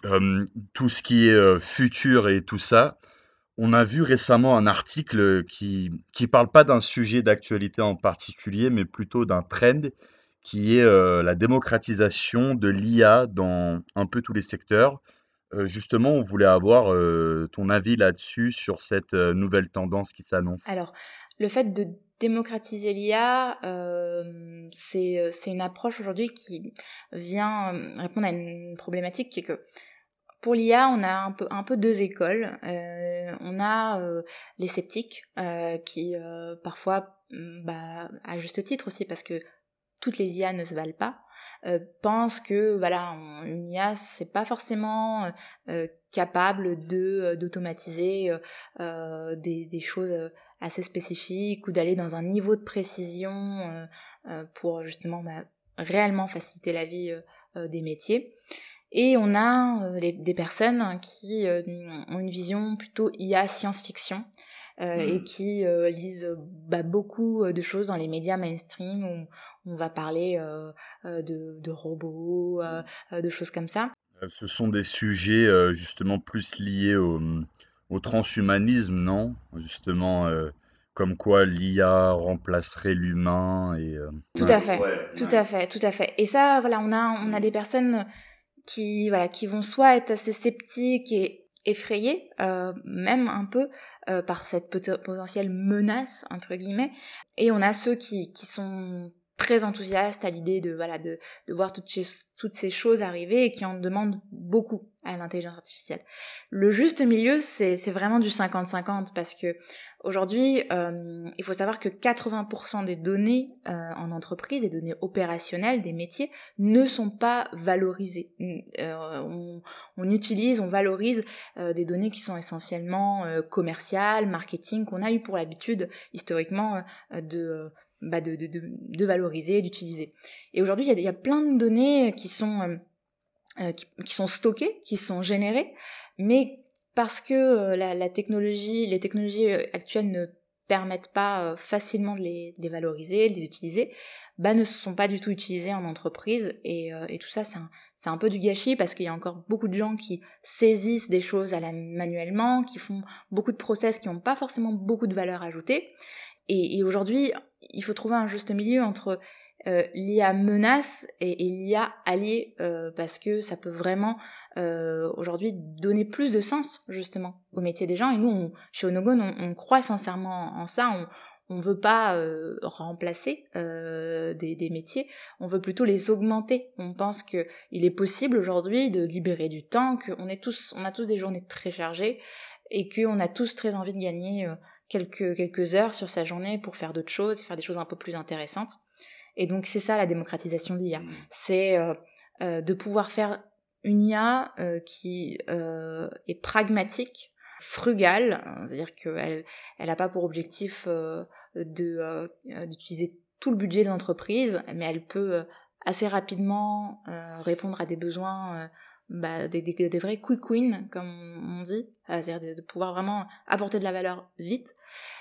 euh, tout ce qui est euh, futur et tout ça, on a vu récemment un article qui qui parle pas d'un sujet d'actualité en particulier, mais plutôt d'un trend qui est euh, la démocratisation de l'I A dans un peu tous les secteurs. Euh, justement, on voulait avoir euh, ton avis là-dessus sur cette euh, nouvelle tendance qui s'annonce. Alors, le fait de démocratiser l'I A, euh, c'est c'est une approche aujourd'hui qui vient euh, répondre à une problématique qui est que pour l'I A, on a un peu, un peu deux écoles. Euh, on a euh, les sceptiques euh, qui euh, parfois, mm, bah, à juste titre aussi, parce que toutes les I A ne se valent pas, euh, pensent que voilà, on- une I A c'est pas forcément euh, euh, capable de euh, d'automatiser euh, euh, des, des choses euh, assez spécifiques ou d'aller dans un niveau de précision euh, euh, pour justement bah, réellement faciliter la vie euh, euh, des métiers. Et on a euh, les- des personnes qui euh, ont une vision plutôt I A science-fiction euh, et Hmm. qui euh, lisent euh, bah, beaucoup euh, de choses dans les médias mainstream où on va parler euh, euh, de, de robots, euh, euh, de choses comme ça. Euh, Ce sont des sujets euh, justement plus liés au, au transhumanisme, non? Justement, euh, comme quoi l'I A remplacerait l'humain et euh, Tout ouais. à fait, Ouais, tout ouais. à fait, tout à fait. Et ça, voilà, on a, on a des personnes qui, voilà, qui vont soit être assez sceptiques et effrayées, euh, même un peu, euh, par cette pot- potentielle menace, entre guillemets. Et on a ceux qui, qui sont très enthousiastes à l'idée de, voilà, de, de voir toutes ces, toutes ces choses arriver et qui en demandent beaucoup à l'intelligence artificielle. Le juste milieu, c'est, c'est vraiment du cinquante cinquante parce que aujourd'hui, euh, il faut savoir que quatre-vingts pour cent des données euh, en entreprise, des données opérationnelles, des métiers, ne sont pas valorisées. Euh, on, on utilise, on valorise euh, des données qui sont essentiellement euh, commerciales, marketing, qu'on a eu pour l'habitude historiquement euh, de, bah de, de, de, de valoriser, d'utiliser. Et aujourd'hui, il y, y a plein de données qui sont, euh, euh, qui, qui sont stockées, qui sont générées, mais parce que euh, la, la technologie, les technologies actuelles ne permettent pas euh, facilement de les, de les valoriser, de les utiliser, bah, ne sont pas du tout utilisées en entreprise. Et, euh, et tout ça, c'est un, c'est un peu du gâchis parce qu'il y a encore beaucoup de gens qui saisissent des choses à la manuellement, qui font beaucoup de process qui n'ont pas forcément beaucoup de valeur ajoutée. Et, et aujourd'hui, il faut trouver un juste milieu entre euh, l'I A menace et, et l'I A allié, euh, parce que ça peut vraiment euh, aujourd'hui donner plus de sens justement au métier des gens. Et nous, on, chez Onogon, on, on croit sincèrement en ça. On, on veut pas euh, remplacer euh, des, des métiers, on veut plutôt les augmenter. On pense que il est possible aujourd'hui de libérer du temps, qu'on est tous, on a tous des journées très chargées et qu'on a tous très envie de gagner euh, quelques, quelques heures sur sa journée pour faire d'autres choses et faire des choses un peu plus intéressantes. Et donc c'est ça la démocratisation de l'I A. Mmh. C'est euh, euh, de pouvoir faire une I A euh, qui euh, est pragmatique, frugale, c'est-à-dire qu'elle elle n'a pas pour objectif euh, de, euh, d'utiliser tout le budget de l'entreprise, mais elle peut euh, assez rapidement euh, répondre à des besoins, euh, bah, des, des, des vrais quick wins, comme on dit, c'est-à-dire de, de pouvoir vraiment apporter de la valeur vite.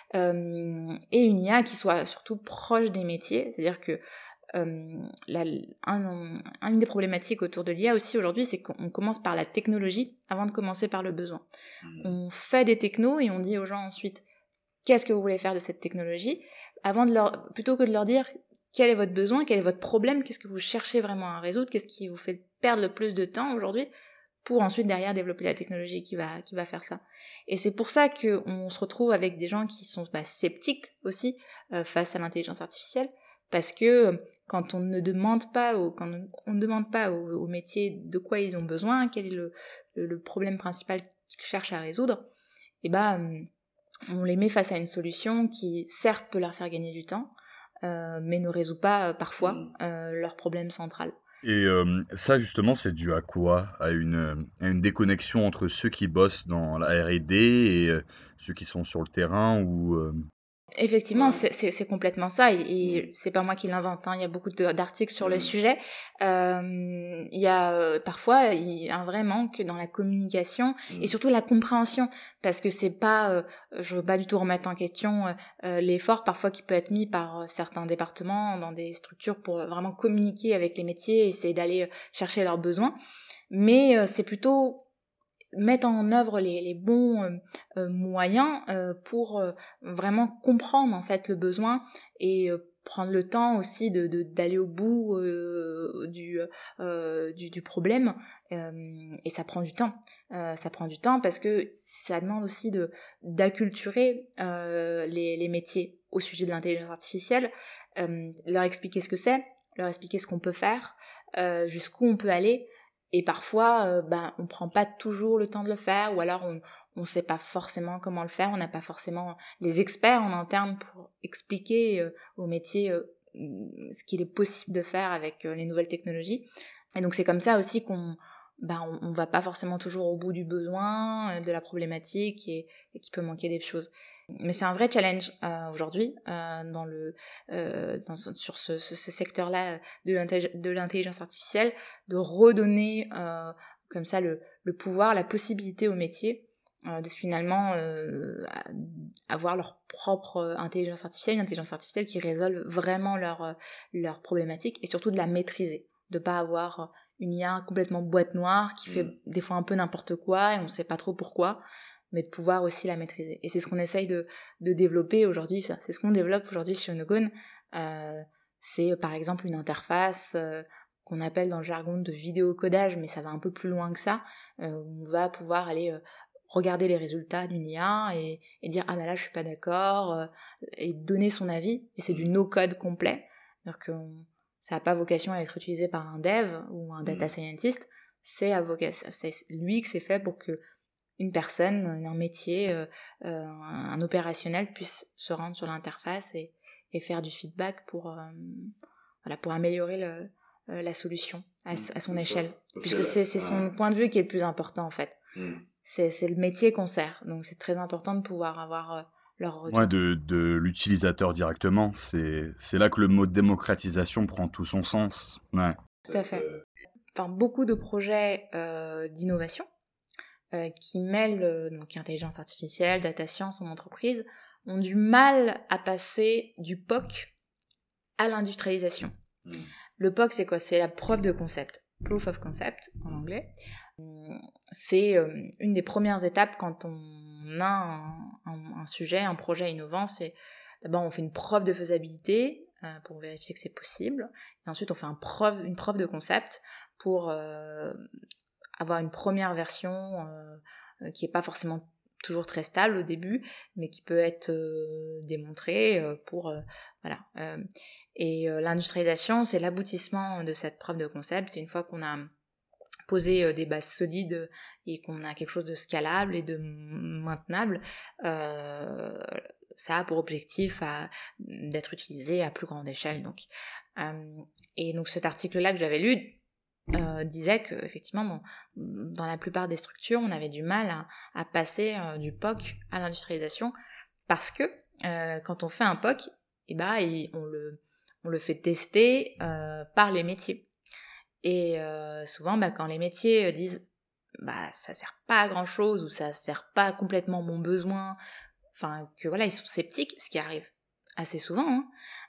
Euh, et une I A qui soit surtout proche des métiers, c'est-à-dire que euh, la, un, un, une des problématiques autour de l'I A aussi aujourd'hui, c'est qu'on commence par la technologie avant de commencer par le besoin. Mmh. On fait des technos et on dit aux gens ensuite qu'est-ce que vous voulez faire de cette technologie, avant de leur, plutôt que de leur dire quel est votre besoin, quel est votre problème, qu'est-ce que vous cherchez vraiment à résoudre, qu'est-ce qui vous fait perdre le plus de temps aujourd'hui, pour ensuite derrière développer la technologie qui va, qui va faire ça. Et c'est pour ça qu'on se retrouve avec des gens qui sont bah, sceptiques aussi euh, face à l'intelligence artificielle, parce que quand on ne demande pas, ou quand on ne demande pas aux, aux métiers de quoi ils ont besoin, quel est le, le, le problème principal qu'ils cherchent à résoudre, et bah, on les met face à une solution qui certes peut leur faire gagner du temps, euh, mais ne résout pas euh, parfois euh, leur problème central. Et euh, ça, justement, c'est dû à quoi? À une, à une déconnexion entre ceux qui bossent dans la R et D et euh, ceux qui sont sur le terrain ou... euh... Effectivement, Ouais. c'est, c'est, c'est complètement ça, et, et Mm. c'est pas moi qui l'invente, hein. Il y a beaucoup de, d'articles sur Mm. le sujet. Euh, il y a euh, parfois il y a un vrai manque dans la communication Mm. et surtout la compréhension, parce que c'est pas, euh, je veux pas du tout remettre en question euh, euh, l'effort parfois qui peut être mis par euh, certains départements dans des structures pour euh, vraiment communiquer avec les métiers, essayer d'aller euh, chercher leurs besoins, mais euh, c'est plutôt mettre en œuvre les, les bons euh, euh, moyens euh, pour euh, vraiment comprendre en fait le besoin et euh, prendre le temps aussi de, de d'aller au bout euh, du, euh, du du problème, euh, et ça prend du temps. Euh, ça prend du temps parce que ça demande aussi de d'acculturer euh, les les métiers au sujet de l'intelligence artificielle, euh, leur expliquer ce que c'est, leur expliquer ce qu'on peut faire, euh, jusqu'où on peut aller. Et parfois, euh, ben, on prend pas toujours le temps de le faire, ou alors on on sait pas forcément comment le faire, on n'a pas forcément les experts en interne pour expliquer euh, au métier euh, ce qu'il est possible de faire avec euh, les nouvelles technologies. Et donc c'est comme ça aussi qu'on ben, on, on va pas forcément toujours au bout du besoin, euh, de la problématique, et, et qu'il peut manquer des choses. Mais c'est un vrai challenge euh, aujourd'hui euh, dans le euh, dans, sur ce, ce, ce secteur-là de, l'intellig- de l'intelligence artificielle, de redonner euh, comme ça le, le pouvoir, la possibilité aux métiers euh, de finalement euh, avoir leur propre intelligence artificielle, une intelligence artificielle qui résolve vraiment leurs leur problématiques, et surtout de la maîtriser, de pas avoir une I A complètement boîte noire qui fait des fois un peu n'importe quoi et on ne sait pas trop pourquoi, mais de pouvoir aussi la maîtriser. Et c'est ce qu'on essaye de, de développer aujourd'hui, ça. C'est ce qu'on développe aujourd'hui chez Onogone. Euh, c'est par exemple une interface euh, qu'on appelle dans le jargon de vidéocodage, mais ça va un peu plus loin que ça. Euh, on va pouvoir aller euh, regarder les résultats d'une I A et, et dire « Ah ben là, je suis pas d'accord euh, », et donner son avis. Et c'est du no-code complet. C'est-à-dire que on, ça n'a pas vocation à être utilisé par un dev ou un data scientist. C'est, à vocation, c'est lui que c'est fait pour que une personne, un métier, euh, euh, un opérationnel puisse se rendre sur l'interface et, et faire du feedback pour, euh, voilà, pour améliorer le, euh, la solution à, à son c'est échelle. Ça. Puisque c'est, c'est son ouais. point de vue qui est le plus important en fait. Mm. C'est, c'est le métier qu'on sert, donc c'est très important de pouvoir avoir euh, leur retour. Ouais, de, de l'utilisateur directement, c'est, c'est là que le mot démocratisation prend tout son sens. Ouais. Tout à fait. Enfin, beaucoup de projets euh, d'innovation Euh, qui mêlent euh, donc intelligence artificielle, data science en entreprise, ont du mal à passer du P O C à l'industrialisation. Mmh. Le P O C, c'est quoi ? C'est la preuve de concept, proof of concept en anglais. C'est euh, une des premières étapes quand on a un, un, un sujet, un projet innovant. C'est d'abord on fait une preuve de faisabilité euh, pour vérifier que c'est possible, et ensuite on fait un preuve, une preuve de concept pour euh, avoir une première version euh, qui n'est pas forcément toujours très stable au début, mais qui peut être euh, démontrée euh, pour... Euh, voilà. Euh, et euh, l'industrialisation, c'est l'aboutissement de cette preuve de concept. C'est une fois qu'on a posé euh, des bases solides et qu'on a quelque chose de scalable et de maintenable, euh, ça a pour objectif à, d'être utilisé à plus grande échelle. Donc. Euh, et donc cet article-là que j'avais lu, Euh, disait que effectivement bon, dans la plupart des structures on avait du mal à, à passer euh, du P O C à l'industrialisation parce que euh, quand on fait un P O C, eh ben, il, on, le, on le fait tester euh, par les métiers, et euh, souvent bah, quand les métiers disent bah ça sert pas à grand chose ou ça sert pas complètement mon besoin, enfin que voilà ils sont sceptiques, ce qui arrive assez souvent, hein,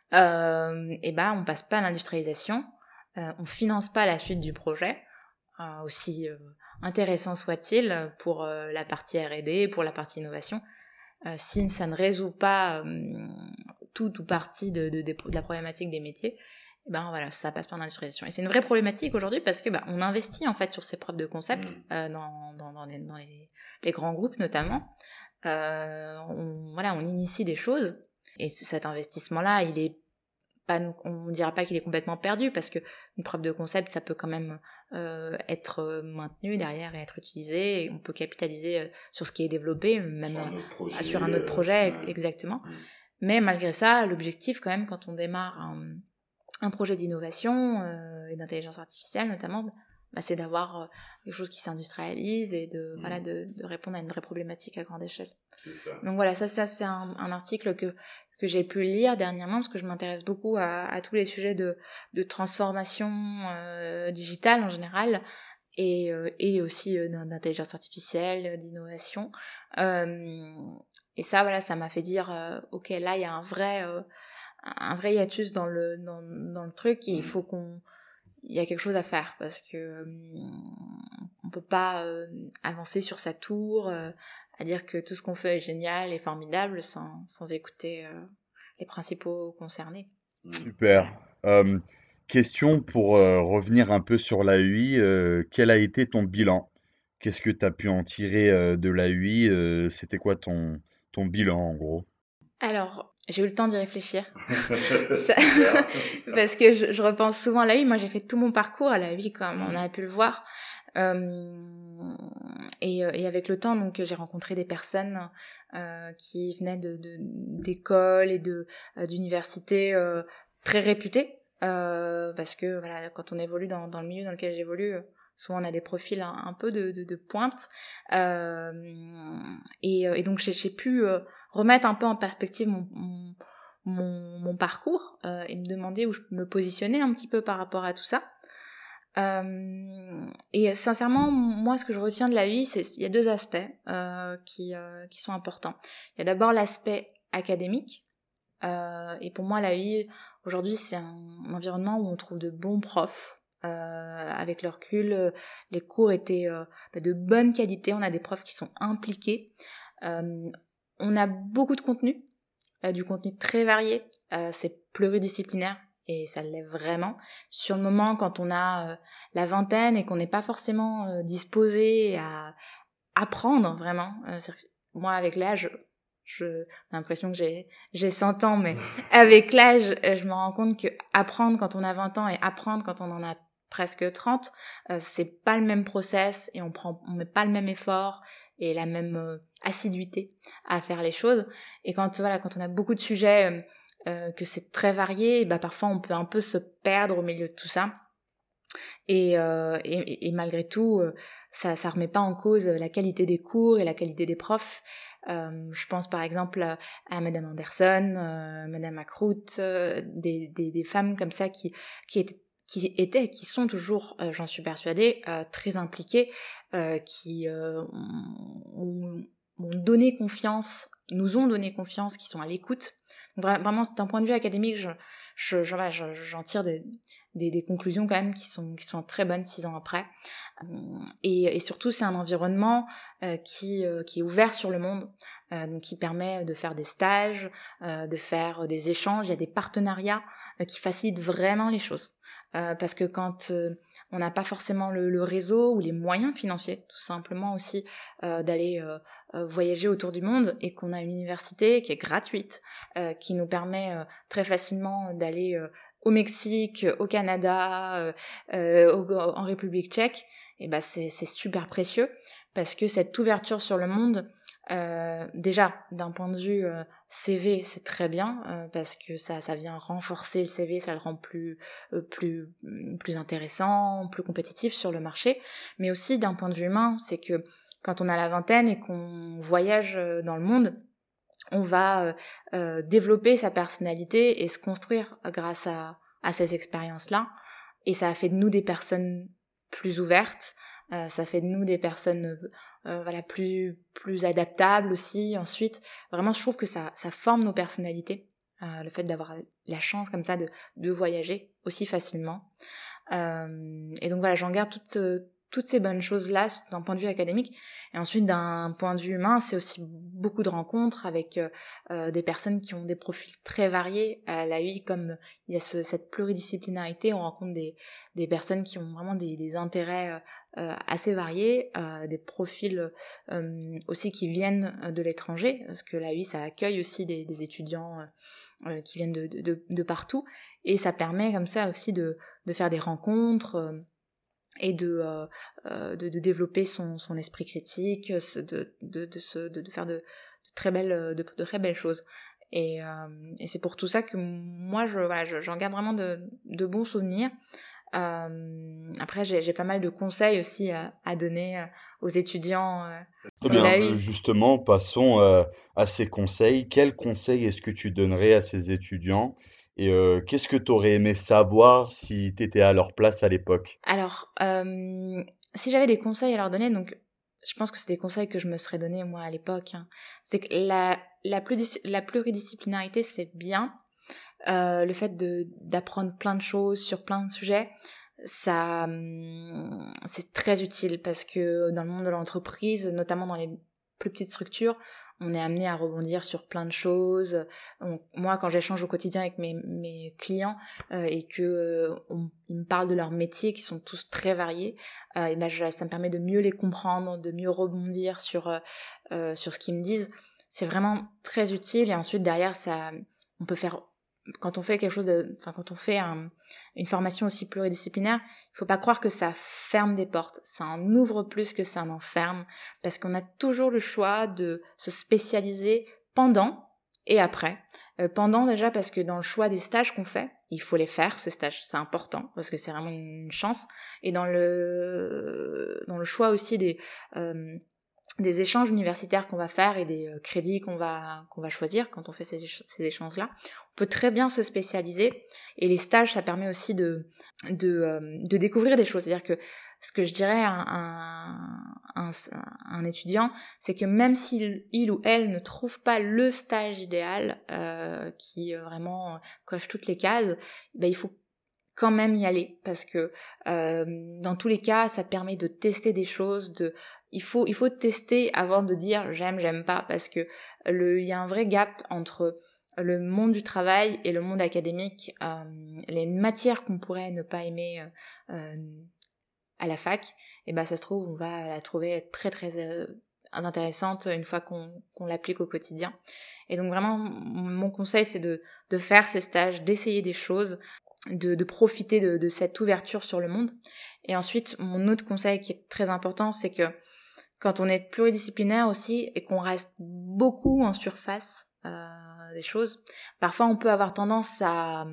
euh, et ben on passe pas à l'industrialisation. Euh, on finance pas la suite du projet, euh, aussi euh, intéressant soit-il pour euh, la partie R et D, pour la partie innovation. Euh, si ça ne résout pas euh, tout ou partie de, de, de, de la problématique des métiers, et ben voilà, ça passe par l'industrialisation. Et c'est une vraie problématique aujourd'hui parce que bah, on investit en fait sur ces preuves de concept mmh. euh, dans, dans, dans, les, dans les, les grands groupes notamment. Euh, on, voilà, on initie des choses et cet investissement-là, il est pas, on ne dira pas qu'il est complètement perdu parce qu'une preuve de concept, ça peut quand même euh, être maintenu derrière et être utilisé. Et on peut capitaliser euh, sur ce qui est développé, même sur un autre projet, euh, sur un autre projet euh, exactement. Ouais. Mais malgré ça, l'objectif quand même quand on démarre un, un projet d'innovation euh, et d'intelligence artificielle notamment, bah, c'est d'avoir euh, quelque chose qui s'industrialise et de, mmh. voilà, de, de répondre à une vraie problématique à grande échelle. C'est ça. Donc voilà, ça, ça c'est un, un article que, que j'ai pu lire dernièrement parce que je m'intéresse beaucoup à, à tous les sujets de, de transformation euh, digitale en général et, euh, et aussi euh, d'intelligence artificielle, d'innovation. Euh, et ça, voilà, ça m'a fait dire, euh, ok, là, il y a un vrai, euh, un vrai hiatus dans le, dans, dans le truc et il faut qu'on... Il y a quelque chose à faire parce que euh, on peut pas euh, avancer sur sa tour, euh, à dire que tout ce qu'on fait est génial et formidable sans, sans écouter euh, les principaux concernés. Super. Euh, question pour euh, revenir un peu sur l'A U I. Euh, quel a été ton bilan? Qu'est-ce que tu as pu en tirer euh, de l'A U I? Euh, c'était quoi ton, ton bilan en gros? Alors, j'ai eu le temps d'y réfléchir. Ça... Parce que je, je repense souvent à l'A U I. Moi, j'ai fait tout mon parcours à l'A U I, comme on a pu le voir. Euh, et, et avec le temps, donc, j'ai rencontré des personnes euh, qui venaient de, de, d'écoles et de, euh, d'universités euh, très réputées. Euh, parce que voilà, quand on évolue dans, dans le milieu dans lequel j'évolue, souvent on a des profils un, un peu de, de, de pointe. Euh, et, et donc j'ai, j'ai pu euh, remettre un peu en perspective mon, mon, mon, mon parcours euh, et me demander où je me positionnais un petit peu par rapport à tout ça. Euh, et sincèrement, moi, ce que je retiens de l'A U I, c'est il y a deux aspects euh, qui, euh, qui sont importants. Il y a d'abord l'aspect académique. Euh, et pour moi, l'A U I, aujourd'hui, c'est un, un environnement où on trouve de bons profs. Euh, avec le recul, euh, les cours étaient euh, bah, de bonne qualité. On a des profs qui sont impliqués. Euh, on a beaucoup de contenu, euh, du contenu très varié. Euh, c'est pluridisciplinaire. Et ça l'est vraiment. Sur le moment, quand on a euh, la vingtaine et qu'on n'est pas forcément euh, disposé à apprendre vraiment, euh, c'est-à-dire que moi avec l'âge, je, j'ai l'impression que j'ai, j'ai cent ans, mais avec l'âge, je me rends compte que apprendre quand on a vingt ans et apprendre quand on en a presque trente, euh, c'est pas le même process et on prend, on met pas le même effort et la même euh, assiduité à faire les choses. Et quand voilà, quand on a beaucoup de sujets euh, Euh, que c'est très varié, bah parfois on peut un peu se perdre au milieu de tout ça. Et, euh, et, et malgré tout, euh, ça ça remet pas en cause la qualité des cours et la qualité des profs. Euh, je pense par exemple à, à Madame Anderson, euh, Madame Akrout, euh, des, des, des femmes comme ça qui, qui étaient qui étaient, qui sont toujours, euh, j'en suis persuadée, euh, très impliquées, euh, qui euh, ont, ont donné confiance, nous ont donné confiance, qui sont à l'écoute. Vraiment, d'un point de vue académique, je, je, je, je, j'en tire des, des, des conclusions quand même qui sont, qui sont très bonnes six ans après. Et, et surtout, c'est un environnement euh, qui, euh, qui est ouvert sur le monde, euh, donc qui permet de faire des stages, euh, de faire des échanges. Il y a des partenariats euh, qui facilitent vraiment les choses. Euh, parce que quand euh, on n'a pas forcément le, le réseau ou les moyens financiers, tout simplement aussi, euh, d'aller euh, euh, voyager autour du monde et qu'on a une université qui est gratuite, euh, qui nous permet euh, très facilement d'aller euh, au Mexique, au Canada, euh, euh, au, en République tchèque, et ben c'est, c'est super précieux parce que cette ouverture sur le monde, euh, déjà d'un point de vue euh, C V, c'est très bien euh, parce que ça, ça vient renforcer le C V, ça le rend plus, euh, plus, plus intéressant, plus compétitif sur le marché, mais aussi d'un point de vue humain, c'est que quand on a la vingtaine et qu'on voyage dans le monde, on va euh, euh, développer sa personnalité et se construire grâce à, à ces expériences-là. Et ça a fait de nous des personnes plus ouvertes, euh, ça fait de nous des personnes euh, voilà, plus, plus adaptables aussi. Ensuite, vraiment, je trouve que ça, ça forme nos personnalités, euh, le fait d'avoir la chance comme ça de, de voyager aussi facilement. Euh, et donc voilà, j'en garde toute... Euh, toutes ces bonnes choses-là d'un point de vue académique. Et ensuite, d'un point de vue humain, c'est aussi beaucoup de rencontres avec euh, des personnes qui ont des profils très variés. À l'A U I, comme il y a ce, cette pluridisciplinarité, on rencontre des, des personnes qui ont vraiment des, des intérêts euh, assez variés, euh, des profils euh, aussi qui viennent de l'étranger, parce que l'A U I, ça accueille aussi des, des étudiants euh, qui viennent de, de, de partout. Et ça permet comme ça aussi de, de faire des rencontres, euh, et de, euh, de, de développer son, son esprit critique, de, de, de, se, de, de faire de, de, très belles, de, de très belles choses. Et, euh, et c'est pour tout ça que moi, je, voilà, je, j'en garde vraiment de, de bons souvenirs. Euh, après, j'ai, j'ai pas mal de conseils aussi à, à donner euh, aux étudiants euh, Eh de bien, la euh, U I. justement, passons euh, à ces conseils. Quels conseils est-ce que tu donnerais à ces étudiants? Et euh, qu'est-ce que tu aurais aimé savoir si tu étais à leur place à l'époque? Alors, euh, si j'avais des conseils à leur donner, donc je pense que c'est des conseils que je me serais donné moi à l'époque, hein. C'est que la, la, pludis- la pluridisciplinarité, c'est bien. Euh, le fait de, d'apprendre plein de choses sur plein de sujets, ça, hum, c'est très utile parce que dans le monde de l'entreprise, notamment dans les plus petites structures, on est amené à rebondir sur plein de choses. On- moi, quand j'échange au quotidien avec mes, mes clients euh, et que euh, on- ils me parlent de leurs métiers qui sont tous très variés, euh, et ben je- ça me permet de mieux les comprendre, de mieux rebondir sur euh, euh, sur ce qu'ils me disent. C'est vraiment très utile et ensuite derrière ça, on peut faire quand on fait quelque chose de, enfin quand on fait un, une formation aussi pluridisciplinaire, il faut pas croire que ça ferme des portes, ça en ouvre plus que ça n'en ferme, parce qu'on a toujours le choix de se spécialiser pendant et après. Euh, pendant déjà parce que dans le choix des stages qu'on fait, il faut les faire ces stages, c'est important parce que c'est vraiment une chance. Et dans le dans le choix aussi des euh, des échanges universitaires qu'on va faire et des euh, crédits qu'on va qu'on va choisir quand on fait ces, éch- ces échanges-là, on peut très bien se spécialiser et les stages ça permet aussi de de, euh, de découvrir des choses. C'est-à-dire que ce que je dirais à un, un, un étudiant, c'est que même s'il il ou elle ne trouve pas le stage idéal euh, qui euh, vraiment coche toutes les cases, ben il faut quand même y aller parce que euh, dans tous les cas ça permet de tester des choses, de il faut il faut tester avant de dire j'aime j'aime pas, parce que le il y a un vrai gap entre le monde du travail et le monde académique. Euh, les matières qu'on pourrait ne pas aimer euh, euh, à la fac, et ben ça se trouve on va la trouver très très euh, intéressante une fois qu'on qu'on l'applique au quotidien. Et donc vraiment mon conseil c'est de de faire ces stages, d'essayer des choses, de, de profiter de, de cette ouverture sur le monde. Et ensuite, mon autre conseil qui est très important, c'est que quand on est pluridisciplinaire aussi et qu'on reste beaucoup en surface euh, des choses, parfois on peut avoir tendance à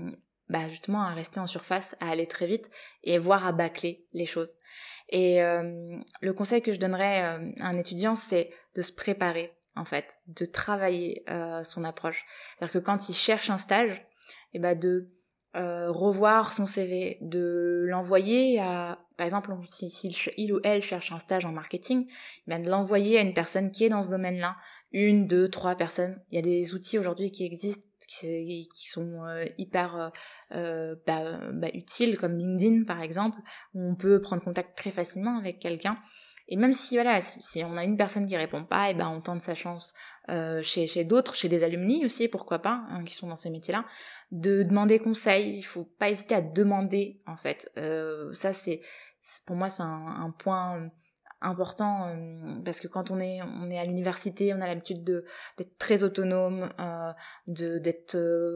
bah justement à rester en surface, à aller très vite et voire à bâcler les choses. Et euh, le conseil que je donnerais euh, à un étudiant, c'est de se préparer en fait, de travailler euh, son approche. C'est-à-dire que quand il cherche un stage, et ben de euh, revoir son C V, de l'envoyer à, par exemple, si, si il ou elle cherche un stage en marketing, ben de l'envoyer à une personne qui est dans ce domaine-là, une, deux, trois personnes. Il y a des outils aujourd'hui qui existent, qui, qui sont euh, hyper euh, euh, bah, bah, utiles, comme LinkedIn par exemple, où on peut prendre contact très facilement avec quelqu'un. Et même si voilà, si, si on a une personne qui répond pas, et ben on tente sa chance euh, chez chez d'autres, chez des alumni aussi, pourquoi pas, hein, qui sont dans ces métiers-là, de demander conseil. Il faut pas hésiter à demander en fait. Euh, ça c'est, c'est- pour moi c'est un, un point important euh, parce que quand on est on est à l'université, on a l'habitude de d'être très autonome, euh, de d'être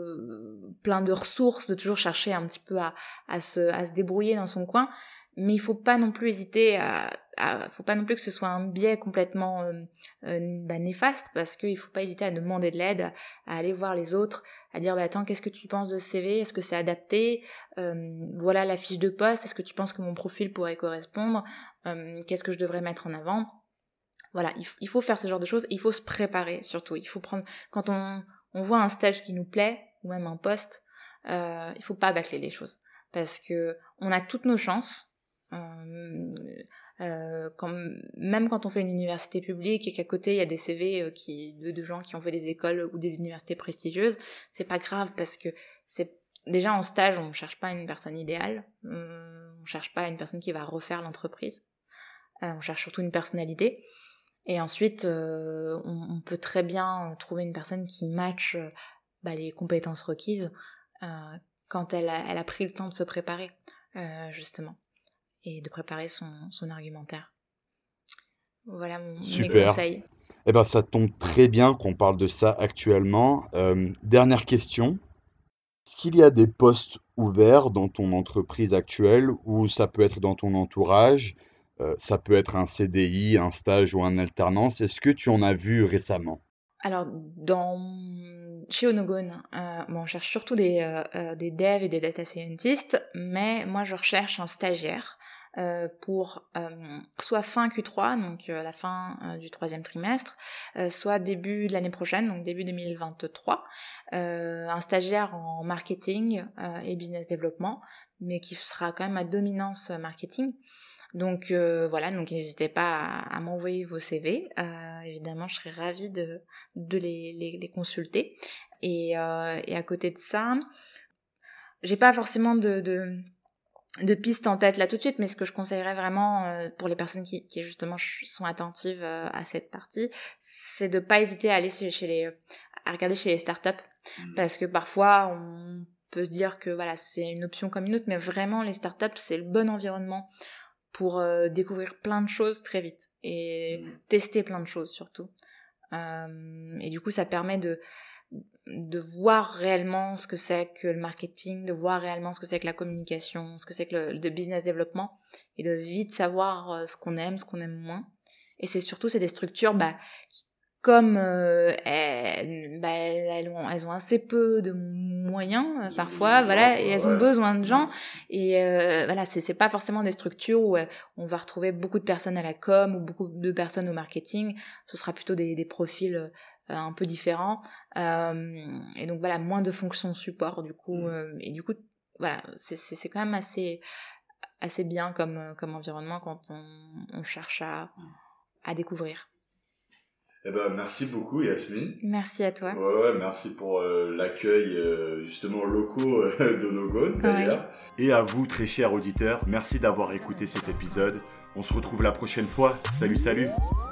euh, plein de ressources, de toujours chercher un petit peu à à se à se débrouiller dans son coin. Mais il faut pas non plus hésiter à, à faut pas non plus que ce soit un biais complètement euh, euh, bah, néfaste, parce qu'il faut pas hésiter à demander de l'aide, à, à aller voir les autres, à dire bah attends, qu'est-ce que tu penses de ce C V, est-ce que c'est adapté, euh, voilà la fiche de poste, est-ce que tu penses que mon profil pourrait correspondre, euh, qu'est-ce que je devrais mettre en avant. Voilà, il, f- il faut faire ce genre de choses, il faut se préparer surtout, il faut prendre quand on on voit un stage qui nous plaît ou même un poste, euh, il faut pas bâcler les choses, parce que on a toutes nos chances. Euh, euh, quand, même quand on fait une université publique et qu'à côté il y a des C V euh, qui, de, de gens qui ont fait des écoles ou des universités prestigieuses, c'est pas grave, parce que c'est déjà en stage on cherche pas une personne idéale, on cherche pas une personne qui va refaire l'entreprise, euh, on cherche surtout une personnalité. Et ensuite euh, on, on peut très bien trouver une personne qui matche euh, bah, les compétences requises euh, quand elle a, elle a pris le temps de se préparer euh, justement, et de préparer son, son argumentaire. Voilà mon- mes Super. conseils. Eh ben, ça tombe très bien qu'on parle de ça actuellement. Euh, dernière question. Est-ce qu'il y a des postes ouverts dans ton entreprise actuelle ou ça peut être dans ton entourage? Euh, ça peut être un C D I, un stage ou un alternance. Est-ce que tu en as vu récemment? Alors, dans... chez Onogone, euh, bon, on cherche surtout des, euh, euh, des devs et des data scientists, mais moi je recherche un stagiaire euh, pour euh, soit fin Q trois, donc euh, la fin euh, du troisième trimestre, euh, soit début de l'année prochaine, donc début deux mille vingt-trois, euh, un stagiaire en marketing euh, et business développement, mais qui sera quand même à dominance marketing. Donc euh, voilà, donc n'hésitez pas à, à m'envoyer vos C V. Euh, évidemment, je serais ravie de, de les, les, les consulter. Et, euh, et à côté de ça, j'ai pas forcément de, de, de pistes en tête là tout de suite, mais ce que je conseillerais vraiment euh, pour les personnes qui, qui justement sont attentives euh, à cette partie, c'est de pas hésiter à aller chez, chez les, à regarder chez les startups, mmh. parce que parfois on peut se dire que voilà, c'est une option comme une autre, mais vraiment les startups c'est le bon environnement pour euh, découvrir plein de choses très vite et mmh. tester plein de choses surtout. Euh, et du coup, ça permet de, de voir réellement ce que c'est que le marketing, de voir réellement ce que c'est que la communication, ce que c'est que le, le business développement, et de vite savoir euh, ce qu'on aime, ce qu'on aime moins. Et c'est surtout, c'est des structures bah, qui, comme euh, elles, bah, elles, ont, elles ont assez peu de moyens euh, parfois, voilà, et elles ont besoin de gens. Et euh, voilà, c'est, c'est pas forcément des structures où euh, on va retrouver beaucoup de personnes à la com ou beaucoup de personnes au marketing. Ce sera plutôt des, des profils euh, un peu différents. Euh, et donc voilà, moins de fonctions support du coup. Euh, et du coup, voilà, c'est, c'est, c'est quand même assez, assez bien comme, comme environnement quand on, on cherche à, à découvrir. Eh ben, merci beaucoup Yasmine. Merci à toi. Ouais, ouais, merci pour euh, l'accueil euh, justement locaux euh, d'Onogone d'ailleurs. Ouais. Et à vous très chers auditeurs, merci d'avoir écouté cet épisode. On se retrouve la prochaine fois. Salut, salut.